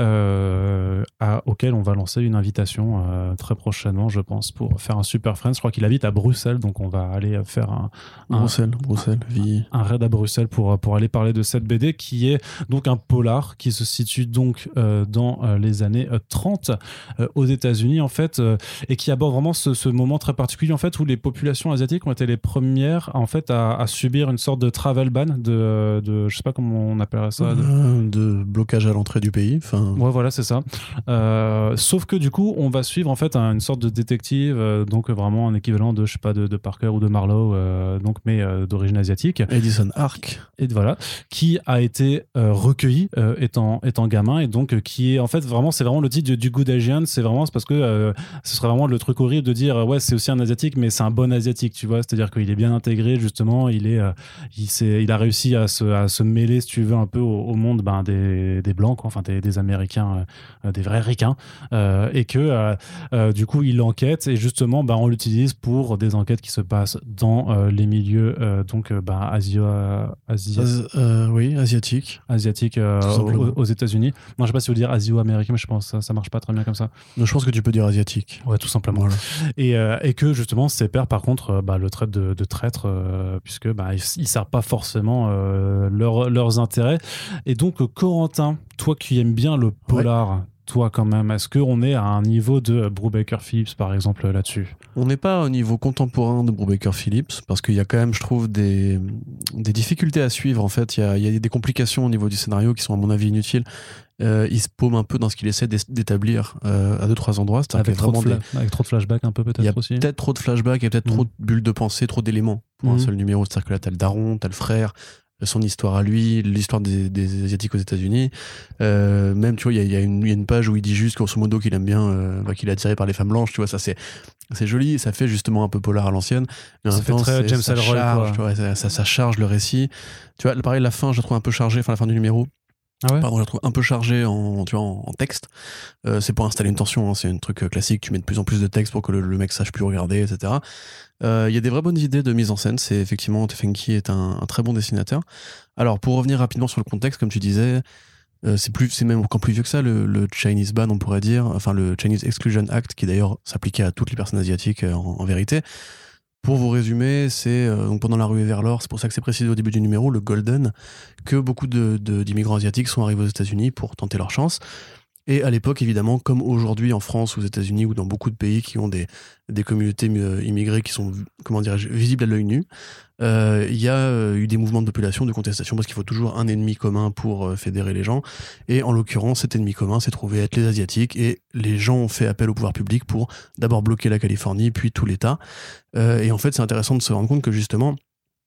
euh, à, auquel on va lancer une invitation euh, très prochainement, je pense, pour faire un Super Friends. Je crois qu'il habite à Bruxelles, donc on va aller faire un, un, Bruxelles, Bruxelles, vie. un raid à Bruxelles pour, pour aller parler de cette B D qui est donc un polar qui se situe donc euh, dans euh, les années euh, trente euh, aux États-Unis en fait, euh, et qui aborde vraiment ce, ce moment très particulier en fait où les populations asiatiques ont été les premières en fait à, à subir une sorte de travel ban, de, de je sais pas comment on appellerait ça, de, euh, de blocage à l'entrée du pays. Enfin. Ouais, voilà, c'est ça. Euh, sauf que du coup, on va suivre en fait un, une sorte de détective, euh, donc vraiment un équivalent de, je sais pas, de, de Parker ou de Marlowe, euh, donc mais euh, d'origine asiatique. Edison Arc. Et voilà, qui a été euh, recueilli euh, étant étant gamin et donc euh, qui est en fait vraiment, c'est vraiment le titre du, du Good Asian. C'est vraiment c'est parce que euh, ce serait vraiment le truc horrible de dire euh, ouais, c'est aussi un asiatique, mais c'est un bon asiatique, tu vois. C'est-à-dire qu'il est bien intégré justement, il est, euh, il s'est, il a réussi à se à se mêler, si tu veux, un peu au, au monde ben des des blancs, quoi, enfin des, des Américains, euh, des vrais ricains, euh, et que euh, euh, du coup il enquête et justement ben, on l'utilise pour des enquêtes qui se passent dans euh, les milieux euh, donc euh, ben, asio, asio, As, euh, oui, asiatique, asiatiques euh, aux, aux États-Unis. Non, je sais pas si vous dire asio-américain, mais je pense que ça, ça marche pas très bien comme ça. Non, je pense que tu peux dire asiatique. Ouais, tout simplement. Voilà. Et, euh, et que justement ses pairs par contre euh, bah, le traitent de, de traître euh, puisque bah, ils, ils servent pas forcément euh, leur, leurs intérêts. Et donc Corentin, toi qui aimes bien le polar, ouais. Toi quand même, est-ce qu'on est à un niveau de Brubaker Phillips par exemple là-dessus? On n'est pas au niveau contemporain de Brubaker Phillips parce qu'il y a quand même, je trouve, des, des difficultés à suivre. En fait, il y a, il y a des complications au niveau du scénario qui sont à mon avis inutiles. Euh, il se paume un peu dans ce qu'il essaie d'établir euh, à deux trois endroits. Avec trop, des... avec trop de flashbacks un peu peut-être aussi. Il y a peut-être trop de flashbacks, il y a peut-être mmh. trop de bulles de pensée, trop d'éléments pour mmh. un seul numéro. C'est-à-dire que là, t'as le daron, t'as le frère, son histoire à lui, l'histoire des, des Asiatiques aux États-Unis. Euh, même, tu vois, il y, y, y a une page où il dit juste, grosso modo, qu'il aime bien, euh, bah, qu'il est attiré par les femmes blanches. Tu vois, ça c'est, c'est joli, ça fait justement un peu polar à l'ancienne. Mais ça fait temps, très James Ellroy, quoi. Tu vois, ça, ça, ça charge le récit. Tu vois, pareil, la fin, je la trouve un peu chargée, enfin la fin du numéro. Ah ouais. Pardon, je la trouve un peu chargée en, tu vois, en, en texte. Euh, c'est pour installer une tension, hein, c'est un truc classique. Tu mets de plus en plus de texte pour que le, le mec sache plus regarder, et cetera. Il euh, y a des vraies bonnes idées de mise en scène. C'est effectivement, Tefenki est un, un très bon dessinateur. Alors, pour revenir rapidement sur le contexte, comme tu disais, euh, c'est plus, c'est même encore plus vieux que ça, le, le Chinese Ban, on pourrait dire, enfin le Chinese Exclusion Act, qui d'ailleurs s'appliquait à toutes les personnes asiatiques euh, en, en vérité. Pour vous résumer, c'est euh, donc pendant la ruée vers l'or, c'est pour ça que c'est précisé au début du numéro, le Golden, que beaucoup de, de, d'immigrants asiatiques sont arrivés aux États-Unis pour tenter leur chance. Et à l'époque, évidemment, comme aujourd'hui en France, aux États-Unis ou dans beaucoup de pays qui ont des, des communautés immigrées qui sont, comment dirais-je, visibles à l'œil nu, il euh, y a euh, eu des mouvements de population, de contestation, parce qu'il faut toujours un ennemi commun pour euh, fédérer les gens. Et en l'occurrence, cet ennemi commun s'est trouvé être les Asiatiques, et les gens ont fait appel au pouvoir public pour d'abord bloquer la Californie, puis tout l'État. Euh, et en fait, c'est intéressant de se rendre compte que justement,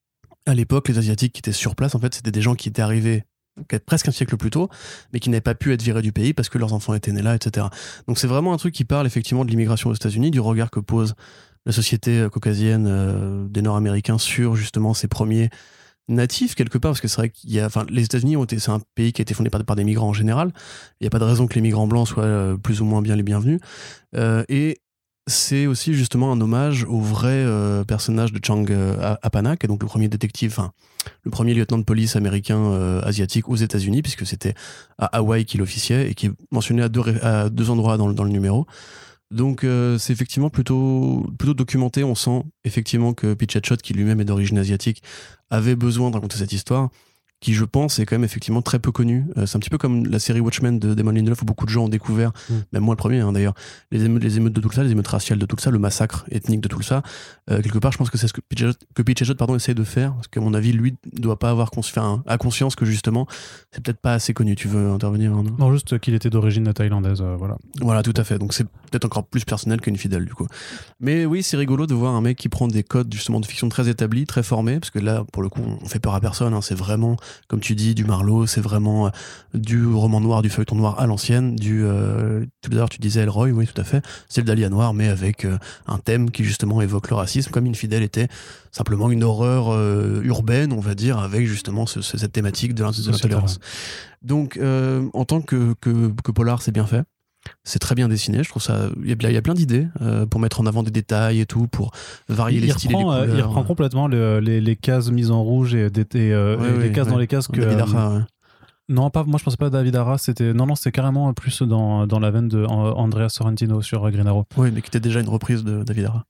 à l'époque, les Asiatiques qui étaient sur place, en fait, c'était des gens qui étaient arrivés presque un siècle plus tôt, mais qui n'avaient pas pu être virés du pays parce que leurs enfants étaient nés là, et cetera. Donc c'est vraiment un truc qui parle effectivement de l'immigration aux États-Unis, du regard que pose la société caucasienne euh, des Nord-Américains sur justement ces premiers natifs quelque part, parce que c'est vrai qu'il y a, enfin, les États-Unis ont été, c'est un pays qui a été fondé par, par des migrants en général. Il n'y a pas de raison que les migrants blancs soient euh, plus ou moins bien les bienvenus. Euh, et c'est aussi justement un hommage au vrai euh, personnage de Chang euh, Apana, qui est donc le premier détective, enfin le premier lieutenant de police américain euh, asiatique aux États-Unis, puisque c'était à Hawaï qu'il officiait et qui est mentionné à deux, à deux endroits dans le, dans le numéro. Donc euh, c'est effectivement plutôt, plutôt documenté. On sent effectivement que Pete Chatchot, qui lui-même est d'origine asiatique, avait besoin de raconter cette histoire, qui je pense est quand même effectivement très peu connu. Euh, c'est un petit peu comme la série Watchmen de Damon Lindelof où beaucoup de gens ont découvert, mmh. même moi le premier hein, d'ailleurs, les émeutes, les émeutes de Tulsa, les émeutes raciales de Tulsa, le massacre ethnique de Tulsa. Euh, quelque part, je pense que c'est ce que Pete Chatchot pardon essaie de faire, parce qu'à mon avis, lui doit pas avoir consci- enfin, a conscience que justement, c'est peut-être pas assez connu. Tu veux intervenir hein, non, non, juste qu'il était d'origine thaïlandaise, euh, voilà. Voilà, tout à fait. Donc c'est peut-être encore plus personnel qu'une fidèle du coup. Mais oui, c'est rigolo de voir un mec qui prend des codes justement de fiction très établis, très formés, parce que là, pour le coup, on fait peur à personne. Hein, c'est vraiment comme tu dis, du Marlowe, c'est vraiment du roman noir, du feuilleton noir à l'ancienne, du euh, tout à l'heure tu disais Elroy, oui tout à fait, c'est le Dahlia noir, mais avec euh, un thème qui justement évoque le racisme, comme Infidèle était simplement une horreur euh, urbaine, on va dire, avec justement ce, ce, cette thématique de l'intolérance. Donc, euh, en tant que, que, que polar, c'est bien fait. C'est très bien dessiné, je trouve ça. Il y, y a plein d'idées euh, pour mettre en avant des détails et tout, pour varier il les reprend, styles et les couleurs. Il reprend complètement le, les, les cases mises en rouge et, des, et, euh, ouais, et ouais, les cases ouais. dans les cases que. David Arra, ouais. Non, pas, moi je pensais pas à David Arra, c'était. Non, non, c'était carrément plus dans, dans la veine de Andrea Sorrentino sur Green Arrow. Oui, mais qui était déjà une reprise de David Arra.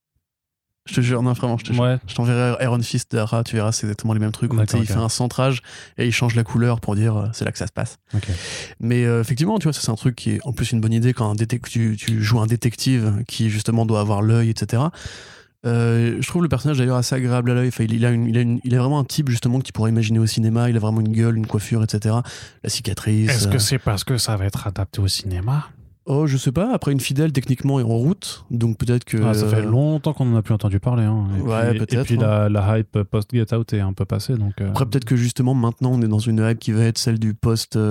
Je te jure, non, vraiment, je te jure. Ouais. Je t'enverrai Iron Fist d'Arra, tu verras, c'est exactement les mêmes trucs. Où, okay. Il fait un centrage et il change la couleur pour dire euh, c'est là que ça se passe. Okay. Mais euh, effectivement, tu vois, ça c'est un truc qui est en plus une bonne idée quand un détec- tu, tu joues un détective qui justement doit avoir l'œil, et cetera. Euh, je trouve le personnage d'ailleurs assez agréable à l'œil. Enfin, il, il, a une, il, a une, il a vraiment un type justement que tu pourrais imaginer au cinéma. Il a vraiment une gueule, une coiffure, et cetera. La cicatrice. Est-ce que euh... c'est parce que ça va être adapté au cinéma ? Oh, je sais pas. Après, Infidèle, techniquement, est en route. Donc peut-être que. Ah, ça fait longtemps qu'on n'en a plus entendu parler. Hein. Et ouais, puis, peut-être. Et puis hein. la, la hype post-Get Out est un peu passée. Donc, euh... Après, peut-être que justement, maintenant, on est dans une hype qui va être celle du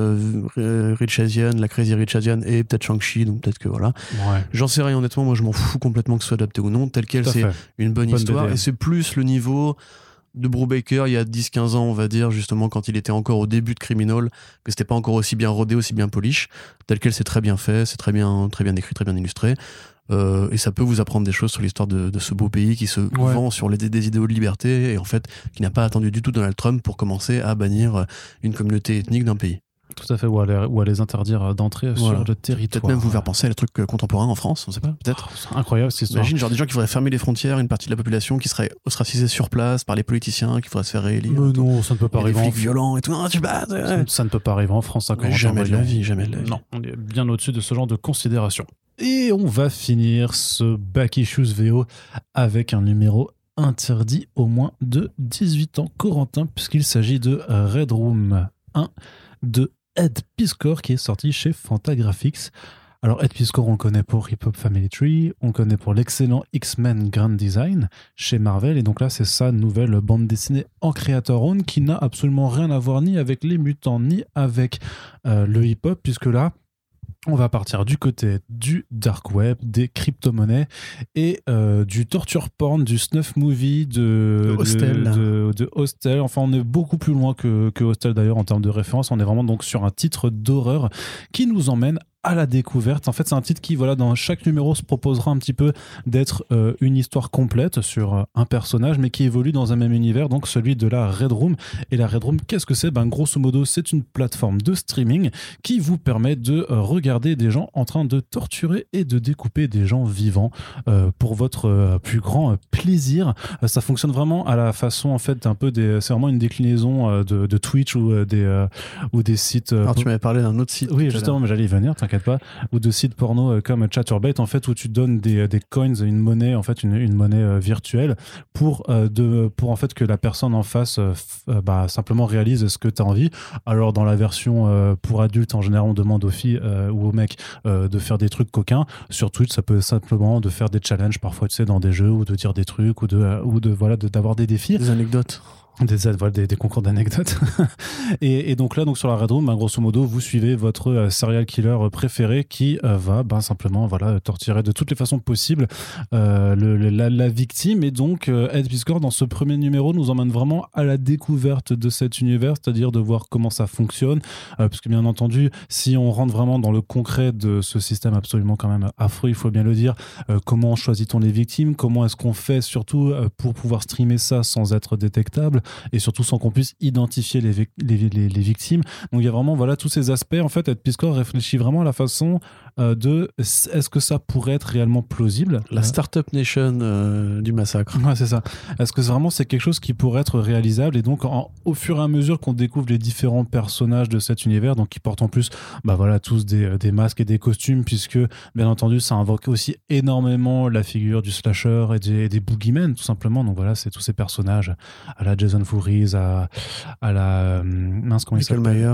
post-Rich Asian, la Crazy Rich Asian et peut-être Shang-Chi. Donc peut-être que voilà. Ouais. J'en sais rien, honnêtement. Moi, je m'en fous complètement que ce soit adapté ou non. Tel quel, c'est fait. une bonne, bonne histoire. B D. Et c'est plus le niveau de Brubaker il y a dix quinze ans, on va dire, justement, quand il était encore au début de Criminal, que c'était pas encore aussi bien rodé, aussi bien polish. Tel quel, c'est très bien fait, c'est très bien, très bien écrit, très bien illustré. Euh, et ça peut vous apprendre des choses sur l'histoire de, de ce beau pays qui se ouais. vend sur les, des idéaux de liberté et en fait, qui n'a pas attendu du tout Donald Trump pour commencer à bannir une communauté ethnique d'un pays. Tout à fait, ou à les, ou à les interdire d'entrer voilà. sur le territoire. Peut-être même vous faire penser à des trucs contemporains en France, on sait pas, peut-être. Oh, c'est incroyable cette histoire. Imagine genre des gens qui voudraient fermer les frontières, une partie de la population qui serait ostracisée sur place par les politiciens, qui faudrait se faire réélire. Mais non, ça ne peut pas arriver. Des flics violents et tout. Non, tu bats, ça, ça ne peut pas arriver en France. Ça, jamais de la vie, jamais de la vie. Non, on est bien au-dessus de ce genre de considération. Et on va finir ce Back Issues V O avec un numéro interdit au moins de dix-huit ans, Corentin, puisqu'il s'agit de Red Room un de Ed Piskor qui est sorti chez Fantagraphics. Alors Ed Piskor, on le connaît pour Hip Hop Family Tree, on le connaît pour l'excellent X-Men Grand Design chez Marvel, et donc là c'est sa nouvelle bande dessinée en creator own qui n'a absolument rien à voir ni avec les mutants ni avec euh, le hip-hop, puisque là on va partir du côté du dark web, des crypto-monnaies et euh, du torture porn, du snuff movie, de, de Hostel. De, de, de Hostel. Enfin, on est beaucoup plus loin que, que Hostel d'ailleurs en termes de référence. On est vraiment donc sur un titre d'horreur qui nous emmène à la découverte. En fait, c'est un titre qui, voilà, dans chaque numéro se proposera un petit peu d'être euh, une histoire complète sur euh, un personnage, mais qui évolue dans un même univers, donc celui de la Red Room. Et la Red Room, qu'est-ce que c'est ? Ben, grosso modo, c'est une plateforme de streaming qui vous permet de euh, regarder des gens en train de torturer et de découper des gens vivants euh, pour votre euh, plus grand euh, plaisir. Euh, ça fonctionne vraiment à la façon, en fait, un peu des... C'est vraiment une déclinaison euh, de, de Twitch ou, euh, des, euh, ou des sites... Euh, Alors, tu m'avais parlé d'un autre site. Oui, justement, mais j'allais y venir, t'inquiète pas, ou de sites porno comme Chaturbate, en fait, où tu donnes des, des coins, une monnaie, en fait, une, une monnaie euh, virtuelle pour, euh, de, pour en fait que la personne en face euh, f, bah, simplement réalise ce que tu as envie. Alors, dans la version euh, pour adultes, en général, on demande aux filles euh, ou aux mecs euh, de faire des trucs coquins. Sur Twitch, ça peut être simplement de faire des challenges, parfois, tu sais, dans des jeux, ou de dire des trucs, ou de, euh, ou de voilà, de, d'avoir des défis. Des anecdotes. Des, voilà, des, des concours d'anecdotes. et, et donc là, donc sur la Red Room, ben, grosso modo, vous suivez votre euh, serial killer préféré qui euh, va ben, simplement voilà, torturer de toutes les façons possibles euh, le, le, la, la victime. Et donc, euh, Ed Piskor, dans ce premier numéro, nous emmène vraiment à la découverte de cet univers, c'est-à-dire de voir comment ça fonctionne. Euh, parce que bien entendu, si on rentre vraiment dans le concret de ce système absolument quand même affreux, il faut bien le dire, euh, comment choisit-on les victimes ? Comment est-ce qu'on fait surtout euh, pour pouvoir streamer ça sans être détectable ? Et surtout sans qu'on puisse identifier les, les, les, les victimes. Donc il y a vraiment voilà, tous ces aspects. En fait, Ed Piskor réfléchit vraiment à la façon euh, de est-ce que ça pourrait être réellement plausible ? La Startup Nation euh, du massacre. Ouais, c'est ça. Est-ce que vraiment c'est quelque chose qui pourrait être réalisable ? Et donc en, au fur et à mesure qu'on découvre les différents personnages de cet univers, donc qui portent en plus bah, voilà, tous des, des masques et des costumes, puisque bien entendu ça invoque aussi énormément la figure du slasher et des, des boogeymen tout simplement. Donc voilà, c'est tous ces personnages à la Jason Voorhees, à, à la mince comment il Michael s'appelle Myers.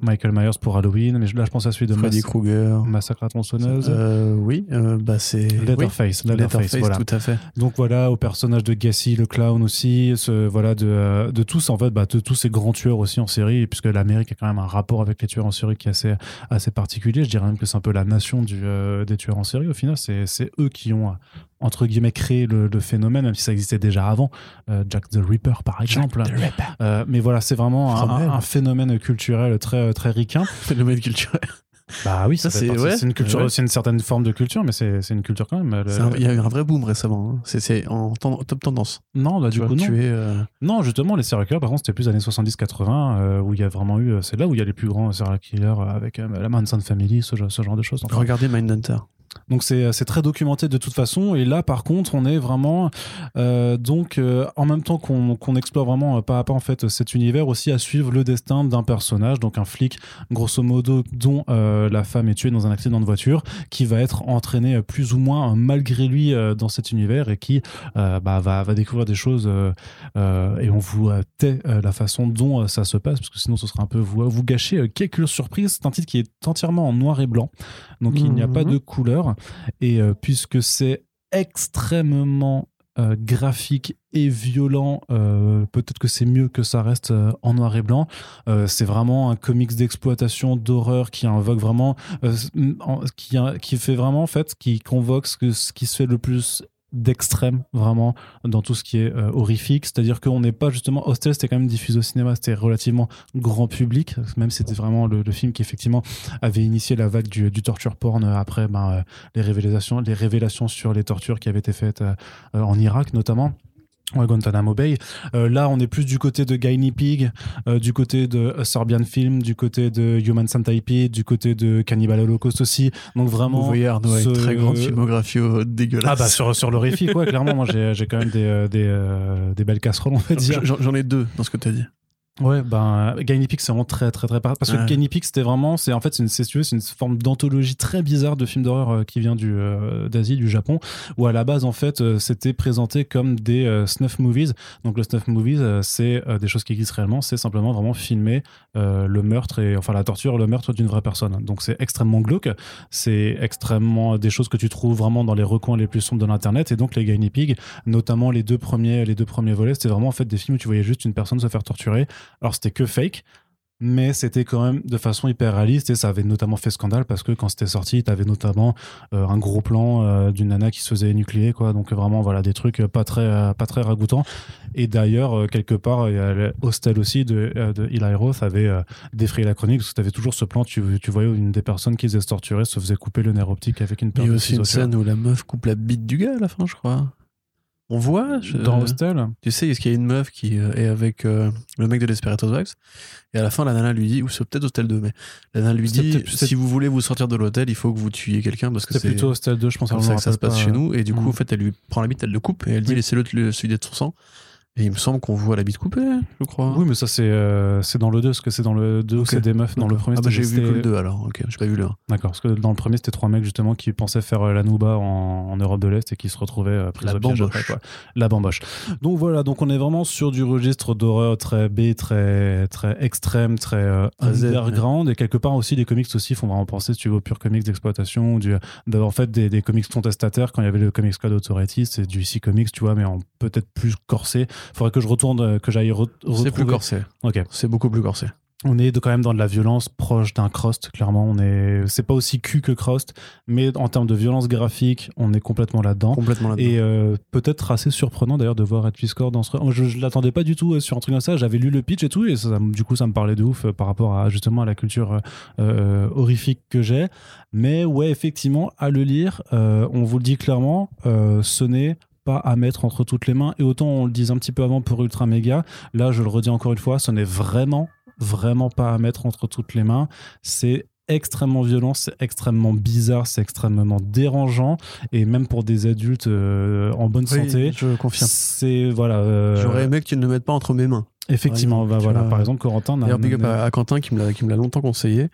Michael Myers pour Halloween, mais là je pense à celui de Freddy Mass- Krueger. Massacre à la tronçonneuse. Euh, oui, euh, bah c'est. Leatherface, oui. Leatherface, Leatherface, voilà. tout à fait. Donc voilà, au personnage de Gacy, le clown aussi, ce, voilà, de, euh, de tous, en fait, bah, de tous ces grands tueurs aussi en série, puisque l'Amérique a quand même un rapport avec les tueurs en série qui est assez, assez particulier. Je dirais même que c'est un peu la nation du, euh, des tueurs en série. Au final, c'est, c'est eux qui ont, entre guillemets, créé le, le phénomène, même si ça existait déjà avant. Euh, Jack the Ripper, par exemple. Jack the Ripper. Euh, mais voilà, c'est vraiment un, Quand même. un phénomène culturel très, très ricain. Phénomène culturel. Bah oui, ça, Ça, fait c'est- partie- ouais, c'est une culture, ouais. c'est une certaine forme de culture, mais c'est, c'est une culture quand même. C'est Le- un- Il y a eu un vrai boom récemment. hein. C'est, c'est en ten- top tendance. Non, bah, Tu du vois, coup, non. tuer. euh, Non, justement, les serial killers, par contre, c'était plus années soixante-dix quatre-vingts, euh, où il y a vraiment eu. C'est là où il y a les plus grands serial killers euh, avec euh, la Manson Family, ce, genre- ce genre de choses. Enfin, Regardez Mindhunter. donc c'est, c'est très documenté de toute façon. Et là, par contre, on est vraiment. euh, donc, euh, en même temps qu'on, qu'on explore vraiment euh, pas à pas en fait, cet univers, aussi à suivre le destin d'un personnage, donc un flic, grosso modo, dont euh, la femme est tuée dans un accident de voiture, qui va être entraîné euh, plus ou moins euh, malgré lui euh, dans cet univers et qui euh, bah, va, va découvrir des choses. Euh, euh, et on vous euh, tait euh, la façon dont euh, ça se passe, parce que sinon ce sera un peu vous, vous gâcher euh, quelques surprises. C'est un titre qui est entièrement en noir et blanc, donc il n'y a pas Mhm. de couleur. Et euh, puisque c'est extrêmement euh, graphique et violent, euh, peut-être que c'est mieux que ça reste euh, en noir et blanc. Euh, c'est vraiment un comics d'exploitation, d'horreur qui invoque vraiment, euh, en- qui, qui fait vraiment en fait, qui convoque ce, que, ce qui se fait le plus d'extrême vraiment dans tout ce qui est euh, horrifique, c'est-à-dire qu'on n'est pas justement Hostel, c'était quand même diffusé au cinéma, c'était relativement grand public, même si c'était vraiment le, le film qui effectivement avait initié la vague du, du torture porn euh, après ben, euh, les révélations les révélations sur les tortures qui avaient été faites euh, euh, en Irak notamment. Ouais, Guantanamo Bay. Euh, là, on est plus du côté de Guinea Pig, euh, du côté de A Serbian Film, du côté de Human Centipede, du côté de Cannibal Holocaust aussi. Donc vraiment. Vous voyez Arnaud a ce- une très grande filmographie euh, dégueulasse. Ah bah sur, sur l'horrifique, ouais, clairement. Moi, j'ai, j'ai quand même des, euh, des, euh, des belles casseroles, on va dire. J'en, j'en ai deux dans ce que tu as dit. Ouais, ben, Guinea Pig, c'est vraiment très, très, très. par- Parce que Ouais. Guinea Pig, c'était vraiment. C'est, en fait, c'est une, c'est, si tu veux, c'est une forme d'anthologie très bizarre de film d'horreur euh, qui vient du, euh, d'Asie, du Japon, où à la base, en fait, euh, c'était présenté comme des euh, snuff movies. Donc, le snuff movies, euh, c'est euh, des choses qui existent réellement. C'est simplement vraiment filmer euh, le meurtre et, enfin, la torture, le meurtre d'une vraie personne. Donc, c'est extrêmement glauque. C'est extrêmement des choses que tu trouves vraiment dans les recoins les plus sombres de l'Internet. Et donc, les Guinea Pig, notamment les deux premiers, les deux premiers volets, c'était vraiment, en fait, des films où tu voyais juste une personne se faire torturer. Alors c'était que fake, mais c'était quand même de façon hyper réaliste et ça avait notamment fait scandale parce que quand c'était sorti, t'avais notamment euh, un gros plan euh, d'une nana qui se faisait énucléer, quoi. Donc vraiment voilà des trucs pas très euh, pas très ragoûtants. Et d'ailleurs euh, quelque part il y a le Hostel aussi de, euh, de Eli Roth avait euh, défrayé la chronique parce que t'avais toujours ce plan, tu, tu voyais une des personnes qui se faisait torturer se faisait couper le nerf optique avec une Il paire y a de aussi une ciseaux. scène où la meuf coupe la bite du gars à la fin, je crois. On voit je- Dans Hostel. Tu sais, est-ce qu'il y a une meuf qui euh, est avec euh, le mec de Desperate Housewives et à la fin, la nana lui dit, ou c'est peut-être Hostel deux, mais la nana lui C'était dit peut-être- si vous voulez vous sortir de l'hôtel, il faut que vous tuiez quelqu'un parce que C'était c'est plutôt Hostel deux, je pense. comme alors, ça je que ça me se passe rappelle chez pas. nous. Et du coup, Mm. en fait, elle lui prend la bite, elle le coupe et elle dit Oui. laissez-le le, celui d'être son sang. Et il me semble qu'on voit la bite coupée, je crois. Oui, mais ça, c'est, euh, c'est dans le deux, parce que c'est dans le deux où Ok. c'est des meufs. Dans le D'accord. premier, ah bah c'était- j'ai vu que c'était- le deux alors, ok, j'ai pas vu le un. D'accord, parce que dans le premier, c'était trois mecs justement qui pensaient faire euh, la nouba en, en Europe de l'Est et qui se retrouvaient euh, pris La au piège bamboche. après, quoi. La bamboche. Donc voilà, donc on est vraiment sur du registre d'horreur très B, très, très extrême, très euh, Très zen, underground. Et quelque part aussi, les comics aussi font vraiment penser, si tu veux, aux purs comics d'exploitation, ou du, de- en fait des, des comics contestataires. Quand il y avait le Comics Code Authority, c'est du C Comics, tu vois, mais en peut-être plus corsé. Faudrait que je retourne, euh, que j'aille re- retrouver. C'est plus corsé. Ok. C'est beaucoup plus corsé. On est de, quand même dans de la violence proche d'un Crost, clairement. On est, c'est pas aussi cul que Crost, mais en termes de violence graphique, on est complètement là-dedans. Complètement là-dedans. Et euh, peut-être assez surprenant d'ailleurs de voir Edwin Score dans ce. Je, je l'attendais pas du tout euh, sur un truc comme ça. J'avais lu le pitch et tout, et ça, ça- du coup, ça me parlait de ouf euh, par rapport à justement à la culture euh, euh, horrifique que j'ai. Mais ouais, effectivement, à le lire, euh, on vous le dit clairement, euh, ce n'est pas à mettre entre toutes les mains. Et autant on le disait un petit peu avant pour Ultra Mega, là, je le redis encore une fois, ce n'est vraiment vraiment pas à mettre entre toutes les mains. C'est extrêmement violent, c'est extrêmement bizarre, c'est extrêmement dérangeant, et même pour des adultes euh, en bonne Oui, santé, je confirme. c'est voilà. euh, J'aurais aimé que tu ne le mettes pas entre mes mains. effectivement, Par bah, exemple, voilà. tu vois. Par exemple, Corentin n'a. D'ailleurs, big up n'a- à, à Quentin qui me l'a, qui me l'a longtemps conseillé.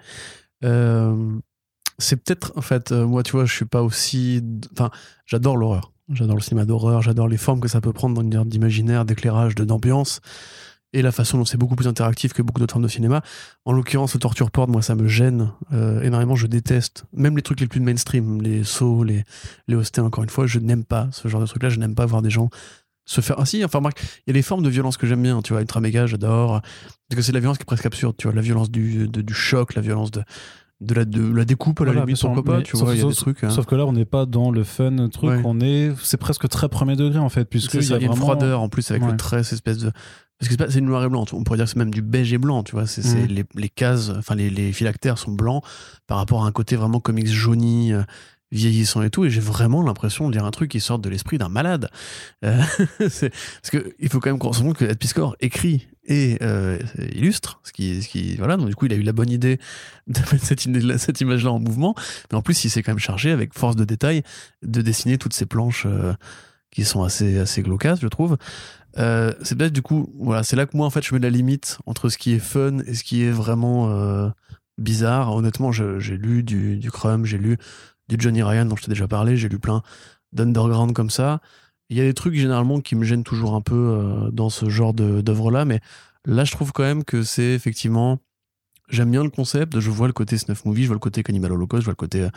Euh, c'est peut-être, en fait, euh, moi, tu vois, je suis pas aussi. Enfin, j'adore l'horreur. J'adore le cinéma d'horreur, j'adore les formes que ça peut prendre dans une sorte d'imaginaire, d'éclairage, de, d'ambiance. et la façon dont c'est beaucoup plus interactif que beaucoup d'autres formes de cinéma. En l'occurrence, le torture porn, moi, ça me gêne euh, énormément. Je déteste même les trucs les plus mainstream, les Saw, les, les hostels, encore une fois. Je n'aime pas ce genre de truc-là. Je n'aime pas voir des gens se faire... Ah si, enfin, Marc, il y a des formes de violence que j'aime bien, tu vois, Ultra Méga, j'adore. Parce que c'est de la violence qui est presque absurde, tu vois, la violence du, de, du choc, la violence de... De la, de la découpe à la voilà, limite, pourquoi pas, tu vois, il y a des trucs. Hein. Sauf que là, on n'est pas dans le fun truc, ouais. on est, c'est presque très premier degré en fait, puisque il y a, y a vraiment... une froideur en plus avec ouais. le trait, cette espèce de. Parce que c'est, pas, c'est noir et blanc, on pourrait dire que c'est même du beige et blanc, tu vois, c'est, mmh. c'est les, les cases, enfin les, les phylactères sont blancs par rapport à un côté vraiment comics jauni, euh, vieillissant et tout, et j'ai vraiment l'impression de dire un truc qui sort de l'esprit d'un malade. Euh, c'est, parce qu'il faut quand même qu'on se rende compte que Ed Piskor écrit et euh, illustre, ce qui, ce qui, voilà, donc du coup il a eu la bonne idée de mettre cette, cette image-là en mouvement, mais en plus il s'est quand même chargé avec force de détail de dessiner toutes ces planches euh, qui sont assez, assez glaucasses, je trouve. Euh, c'est peut-être du coup, voilà, c'est là que moi en fait je mets la limite entre ce qui est fun et ce qui est vraiment euh, bizarre. Honnêtement, je, j'ai lu du, du Crumb, j'ai lu du Johnny Ryan dont je t'ai déjà parlé, j'ai lu plein d'underground comme ça. Il y a des trucs généralement qui me gênent toujours un peu euh, dans ce genre de, d'œuvre-là, mais là je trouve quand même que c'est effectivement, j'aime bien le concept, je vois le côté snuff movie, je vois le côté Cannibal Holocaust, je vois le côté,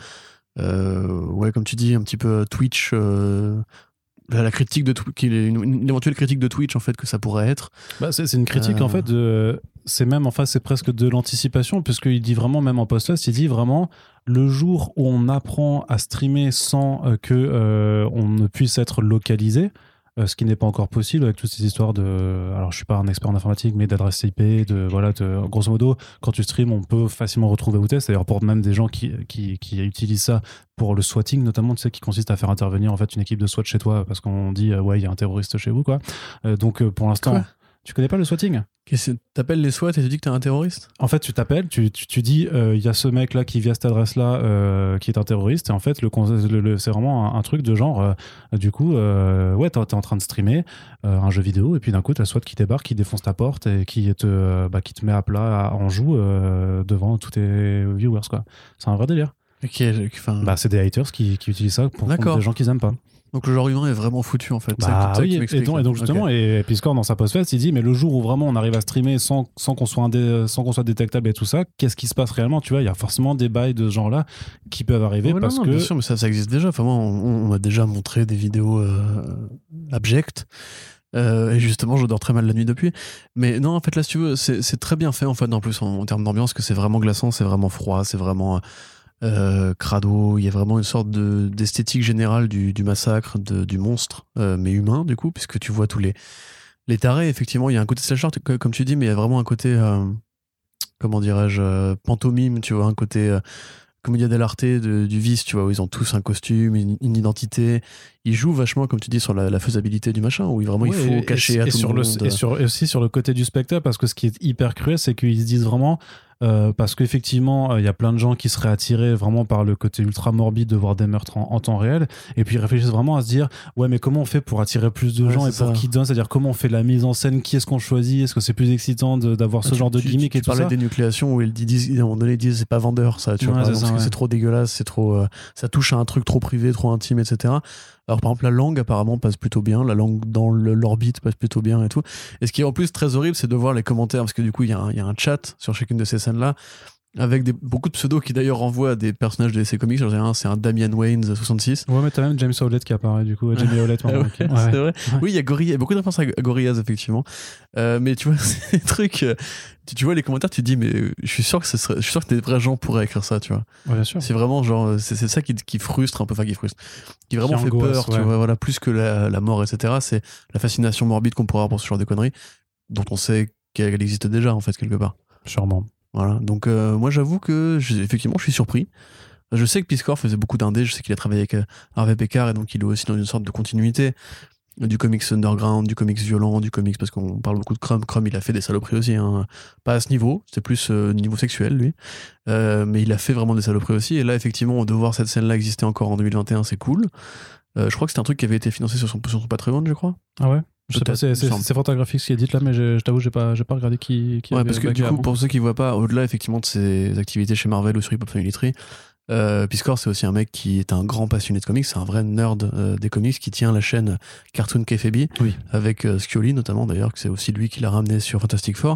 euh, ouais comme tu dis, un petit peu Twitch, euh, la critique de une, une éventuelle critique de Twitch en fait que ça pourrait être. Bah c'est, c'est une critique euh... en fait de, c'est même en fait c'est presque de l'anticipation puisqu'il dit vraiment même en post-host il dit vraiment le jour où on apprend à streamer sans euh, que euh, on ne puisse être localisé. Euh, ce qui n'est pas encore possible avec toutes ces histoires de... Alors, je suis pas un expert en informatique, mais d'adresse I P, de... Voilà, de, grosso modo, quand tu streams, on peut facilement retrouver où t'es. C'est-à-dire pour même des gens qui, qui, qui utilisent ça pour le swatting, notamment, tu sais, qui consiste à faire intervenir, en fait, une équipe de SWAT chez toi parce qu'on dit, euh, ouais, il y a un terroriste chez vous, quoi. Euh, donc, euh, pour l'instant... Quoi ? Tu connais pas le swatting ? Qu'est-ce que t'appelles les SWAT et tu dis que t'es un terroriste ? En fait, tu t'appelles, tu, tu, tu dis, il euh, y a ce mec-là qui via cette adresse-là euh, qui est un terroriste. Et en fait, le, le, le, c'est vraiment un, un truc de genre, euh, du coup, euh, ouais, t'es, t'es en train de streamer euh, un jeu vidéo et puis d'un coup, t'as SWAT qui débarque, qui défonce ta porte et qui te, euh, bah, qui te met à plat à, en joue euh, devant tous tes viewers, quoi. C'est un vrai délire. Ok, enfin... Bah, c'est des haters qui, qui utilisent ça pour contre des gens qu'ils aiment pas. Donc le genre humain est vraiment foutu en fait. Bah c'est oui, et donc, et donc justement, okay. Et Piskor dans sa post-fest, il dit mais le jour où vraiment on arrive à streamer sans, sans, qu'on soit indé, sans qu'on soit détectable et tout ça, qu'est-ce qui se passe réellement ? Tu vois, il y a forcément des bails de ce genre-là qui peuvent arriver oh, parce non, non, que... Bien sûr, mais ça, ça existe déjà. Enfin, moi, on, on m'a déjà montré des vidéos euh, abjectes. Euh, et justement, je dors très mal la nuit depuis. Mais non, en fait, là, si tu veux, c'est, c'est très bien fait en fait, en plus en, en termes d'ambiance, que c'est vraiment glaçant, c'est vraiment froid, c'est vraiment... Euh, crado, il y a vraiment une sorte de, d'esthétique générale du, du massacre, de, du monstre, euh, mais humain du coup, puisque tu vois tous les, les tarés, effectivement, il y a un côté slasher, comme tu dis, mais il y a vraiment un côté, euh, comment dirais-je, euh, pantomime, tu vois, un côté euh, commedia dell'arte de, du vice, tu vois, où ils ont tous un costume, une, une identité. Ils jouent vachement, comme tu dis, sur la, la faisabilité du machin, où vraiment ouais, il faut et, cacher et, à et tout sur le monde. Le, et, sur, et aussi sur le côté du spectacle, parce que ce qui est hyper cruel, c'est qu'ils se disent vraiment... Euh, parce qu'effectivement, il euh, y a plein de gens qui seraient attirés vraiment par le côté ultra morbide de voir des meurtres en, en temps réel, et puis ils réfléchissent vraiment à se dire ouais, mais comment on fait pour attirer plus de ouais, gens et pour qui donnent, c'est-à-dire comment on fait la mise en scène, qui est-ce qu'on choisit, est-ce que c'est plus excitant de, d'avoir ah, ce tu, genre de gimmick tu, tu, et tout ça. Tu parlais des nucléations où ils disent, à un moment donné, ils disent c'est pas vendeur ça, tu ouais, vois, par exemple, ça, parce ouais. que c'est trop dégueulasse, c'est trop, euh, ça touche à un truc trop privé, trop intime, et cetera. Alors par exemple la langue apparemment passe plutôt bien, la langue dans le, l'orbite passe plutôt bien et tout. Et ce qui est en plus très horrible, c'est de voir les commentaires, parce que du coup il y, y a un chat sur chacune de ces scènes-là, avec des, beaucoup de pseudos qui d'ailleurs renvoient à des personnages de D C Comics. Genre, un, c'est un Damian Wayne soixante-six. Ouais, mais t'as même James Howlett qui apparaît du coup. Jamie Howlett, ouais, okay. ouais. C'est vrai. Ouais. Oui, il y a Gorilla, il y a beaucoup de références à Gorillaz effectivement. Euh, mais tu vois, c'est des trucs. Euh, tu, tu vois les commentaires, tu te dis mais je suis sûr que ce serait, je suis sûr que des vrais gens pourraient écrire ça, tu vois. Ouais, bien sûr. C'est vraiment genre, c'est, c'est ça qui, qui frustre un peu, enfin qui frustre, qui vraiment qui fait angoisse, peur, ouais. tu vois, voilà, plus que la, la mort, et cetera. C'est la fascination morbide qu'on pourrait avoir pour ce genre de conneries, dont on sait qu'elle existe déjà en fait quelque part. Sûrement. Voilà, donc euh, moi j'avoue que je, effectivement je suis surpris. Je sais que Piskor faisait beaucoup d'indés, je sais qu'il a travaillé avec euh, Harvey Pekar et donc il est aussi dans une sorte de continuité du comics underground, du comics violent, du comics parce qu'on parle beaucoup de Crumb. Crumb il a fait des saloperies aussi, hein. Pas à ce niveau, c'était plus euh, niveau sexuel lui, euh, mais il a fait vraiment des saloperies aussi. Et là effectivement de voir cette scène-là exister encore en deux mille vingt et un, c'est cool. Euh, je crois que c'était un truc qui avait été financé sur son, sur son Patreon, je crois. Ah ouais. Je sais pas, c'est, c'est, c'est Fantagraphics qui est dit là, mais je, je t'avoue, j'ai pas, j'ai pas regardé qui, qui ouais, parce que du coup, avant. Pour ceux qui voient pas, au-delà effectivement de ses activités chez Marvel ou sur Hip Hop Family Tree, Euh, Piscor, c'est aussi un mec qui est un grand passionné de comics, c'est un vrai nerd euh, des comics qui tient la chaîne Cartoon Kayfabe, Oui. avec euh, Scioli notamment d'ailleurs, que c'est aussi lui qui l'a ramené sur Fantastic Four.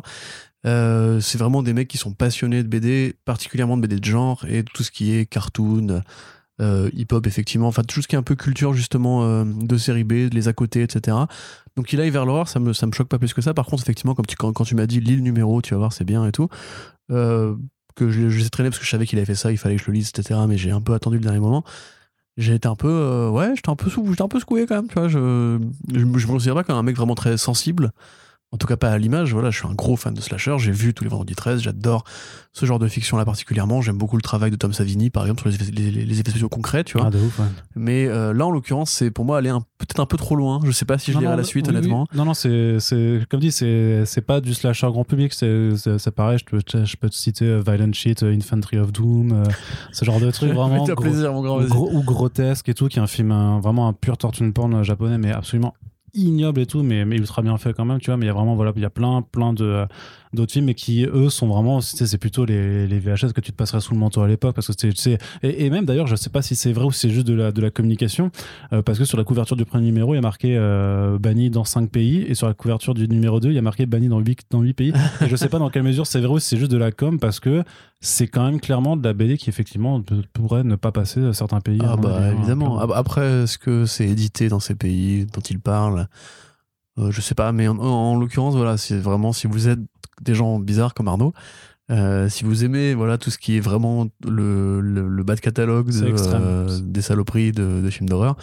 Euh, c'est vraiment des mecs qui sont passionnés de B D, particulièrement de B D de genre, et tout ce qui est cartoon, euh, hip-hop effectivement, enfin tout ce qui est un peu culture justement euh, de série B, les à côté, et cetera. Donc il aille vers l'horreur, ça me, ça me choque pas plus que ça. Par contre, effectivement, comme tu, quand, quand tu m'as dit lis le numéro, tu vas voir, c'est bien et tout. Euh, que je, je les ai traînés parce que je savais qu'il avait fait ça, il fallait que je le lise, et cetera. Mais j'ai un peu attendu le dernier moment. J'ai été un peu, euh, ouais, j'étais un peu, sou, j'étais un peu secoué quand même, tu vois. Je, je, je me considère pas comme un mec vraiment très sensible. En tout cas, pas à l'image. Voilà, je suis un gros fan de slasher. J'ai vu tous les vendredis treize. J'adore ce genre de fiction-là particulièrement. J'aime beaucoup le travail de Tom Savini, par exemple, sur les effets, les, les effets spéciaux concrets, tu vois. Ah, de ouf, ouais. Mais euh, là, en l'occurrence, c'est pour moi aller un, peut-être un peu trop loin. Je sais pas si je Non, lirai non, la suite, oui, honnêtement. oui. Non, non, c'est, c'est comme dit, c'est, c'est pas du slasher grand public. C'est, c'est, c'est pareil. Je peux, je peux te citer euh, Violent Shit, euh, Infantry of Doom, euh, ce genre de truc vraiment Fais-toi gros, plaisir, mon grand, vas-y. gros ou grotesque et tout, qui est un film un, vraiment un pur torture porn japonais, mais absolument ignoble et tout, mais, mais ultra bien fait quand même, tu vois. Mais il y a vraiment, voilà, il y a plein, plein de d'autres films, mais qui eux sont vraiment, tu sais, c'est plutôt les, les V H S que tu te passerais sous le manteau à l'époque, parce que c'est, c'est et, et même d'ailleurs, je sais pas si c'est vrai ou si c'est juste de la de la communication, euh, parce que sur la couverture du premier numéro, il y a marqué euh, banni dans cinq pays, et sur la couverture du numéro deux, il y a marqué banni dans huit dans huit pays. Et je sais pas dans quelle mesure c'est vrai ou si c'est juste de la com, parce que c'est quand même clairement de la B D qui effectivement pourrait ne pas passer à certains pays. Ah bah avis, évidemment. hein, Après, est-ce que c'est édité dans ces pays dont il parle ? euh, Je sais pas, mais en, en l'occurrence, voilà, c'est vraiment si vous êtes des gens bizarres comme Arnaud, euh, si vous aimez voilà tout ce qui est vraiment le, le, le bas de catalogue de, euh, des saloperies de, de films d'horreur.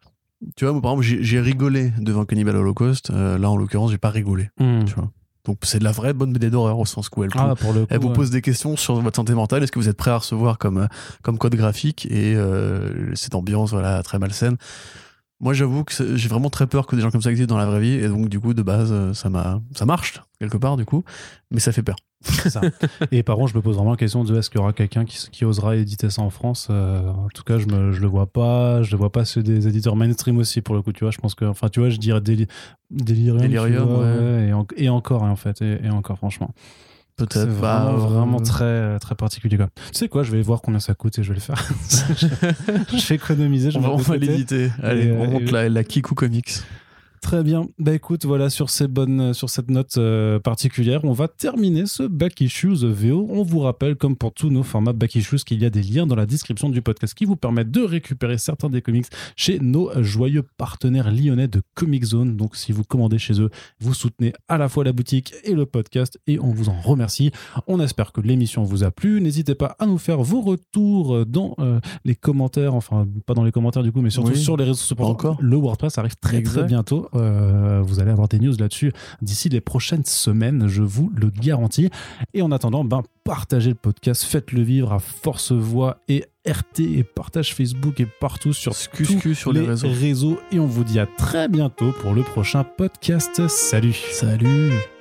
Tu vois, moi par exemple, j'ai, j'ai rigolé devant Cannibal Holocaust. Euh, là, en l'occurrence, j'ai pas rigolé. Mmh. Tu vois. Donc c'est de la vraie bonne B D d'horreur au sens où elle, ah, pour le coup, elle vous ouais. pose des questions sur votre santé mentale. Est-ce que vous êtes prêt à recevoir comme, comme code graphique et euh, cette ambiance voilà, très malsaine. Moi j'avoue que j'ai vraiment très peur que des gens comme ça existent dans la vraie vie, et donc du coup de base ça, m'a, ça marche quelque part du coup, mais ça fait peur. C'est ça. Et par contre je me pose vraiment la question de est-ce qu'il y aura quelqu'un qui, qui osera éditer ça en France. euh, En tout cas je, me, je le vois pas, je le vois pas ceux des éditeurs mainstream aussi pour le coup, tu vois. Je pense que, enfin tu vois, je dirais déli- Delirium, Delirium, tu vois, ouais. ouais, et, en, et encore hein, en fait, et, et encore franchement. Peut-être c'est pas. vraiment, Euh... vraiment très, très particulier quoi. Tu sais quoi, je vais voir combien ça coûte et je vais le faire. je, je vais économiser. Je on va, on va l'éditer. l'éditer. Allez, et, on monte et... la, la Kiku Comics. Très bien. Bah écoute, voilà, sur ces bonnes, sur cette note euh, particulière, on va terminer ce Back Issues V O. On vous rappelle, comme pour tous nos formats Back Issues, qu'il y a des liens dans la description du podcast qui vous permettent de récupérer certains des comics chez nos joyeux partenaires lyonnais de Comic Zone. Donc si vous commandez chez eux, vous soutenez à la fois la boutique et le podcast, et on vous en remercie. On espère que l'émission vous a plu. N'hésitez pas à nous faire vos retours dans euh, les commentaires, enfin pas dans les commentaires du coup, mais surtout oui, sur les réseaux sociaux. Encore. Le WordPress arrive très exact. très bientôt. Euh, vous allez avoir des news là-dessus d'ici les prochaines semaines, je vous le garantis. Et en attendant, ben, partagez le podcast, faites-le vivre à Force Voix et R T, et partage Facebook et partout sur tous sur les, les réseaux. réseaux. Et on vous dit à très bientôt pour le prochain podcast. Salut. Salut.